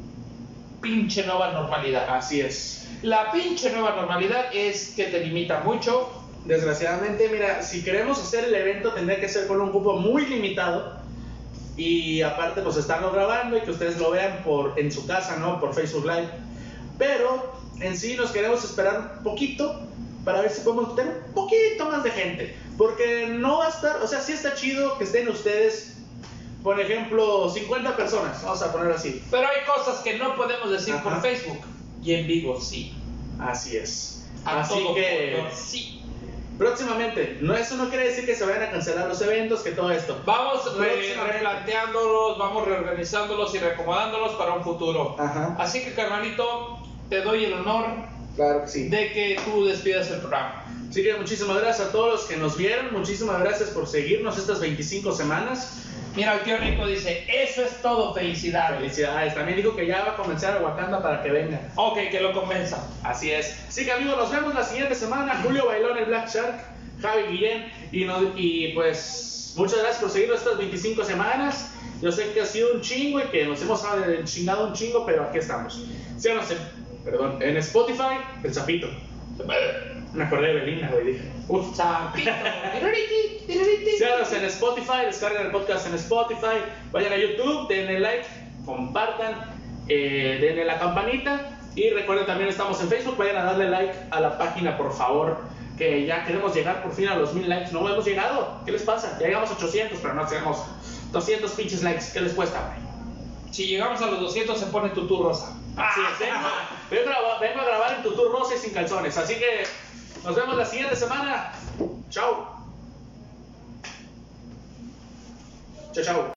[SPEAKER 1] pinche nueva normalidad.
[SPEAKER 2] Así es.
[SPEAKER 1] La pinche nueva normalidad es que te limita mucho.
[SPEAKER 2] Desgraciadamente, mira, si queremos hacer el evento tendría que ser con un cupo muy limitado. Y aparte, pues estarlo grabando y que ustedes lo vean por, en su casa, ¿no? Por Facebook Live. Pero en sí nos queremos esperar un poquito para ver si podemos tener un poquito más de gente. Porque no va a estar, o sea, sí está chido que estén ustedes, por ejemplo, cincuenta personas, vamos a poner así.
[SPEAKER 1] Pero hay cosas que no podemos decir
[SPEAKER 2] Ajá.
[SPEAKER 1] por Facebook. Y en vivo sí.
[SPEAKER 2] Así es.
[SPEAKER 1] A
[SPEAKER 2] Así
[SPEAKER 1] todo
[SPEAKER 2] que
[SPEAKER 1] color, sí.
[SPEAKER 2] próximamente, no, eso no quiere decir que se vayan a cancelar los eventos, que todo esto.
[SPEAKER 1] Vamos re-
[SPEAKER 2] Próximamente.
[SPEAKER 1] replanteándolos, vamos reorganizándolos y reacomodándolos para un futuro.
[SPEAKER 2] Ajá.
[SPEAKER 1] Así que, carnalito, te doy el honor
[SPEAKER 2] Claro que sí.
[SPEAKER 1] de que tú despidas el programa.
[SPEAKER 2] Así que muchísimas gracias a todos los que nos vieron, muchísimas gracias por seguirnos estas veinticinco semanas.
[SPEAKER 1] Mira, el tío Rico dice, eso es todo, felicidades.
[SPEAKER 2] Felicidades, también dijo que ya va a comenzar a Wakanda para que vengan.
[SPEAKER 1] Ok, que lo convenza.
[SPEAKER 2] Así es. Así que amigos, nos vemos la siguiente semana. Julio Bailón, el Black Shark, Javi Guillén y, nos- y pues muchas gracias por seguirnos estas veinticinco semanas. Yo sé que ha sido un chingo y que nos hemos eh, chingado un chingo, pero aquí estamos. Síganos en, perdón, en Spotify, el Zapito. Me acordé de Belinda, güey, dije. Uf.
[SPEAKER 1] Zapito. Tiruriti, tiruriti.
[SPEAKER 2] Síganos en Spotify, descarguen el podcast en Spotify, vayan a YouTube, denle like, compartan, eh, denle la campanita y recuerden también estamos en Facebook, vayan a darle like a la página por favor, que ya queremos llegar por fin a los mil likes, no hemos llegado, ¿qué les pasa? Ya llegamos a ochocientos, pero no tenemos doscientos pinches likes, ¿qué les cuesta, güey?
[SPEAKER 1] Si llegamos a los doscientos se pone tutú rosa.
[SPEAKER 2] Así es, vengo, vengo a graba- vengo a grabar en tutú rosa y sin calzones, así que nos vemos la siguiente semana, chao. Chao, chao.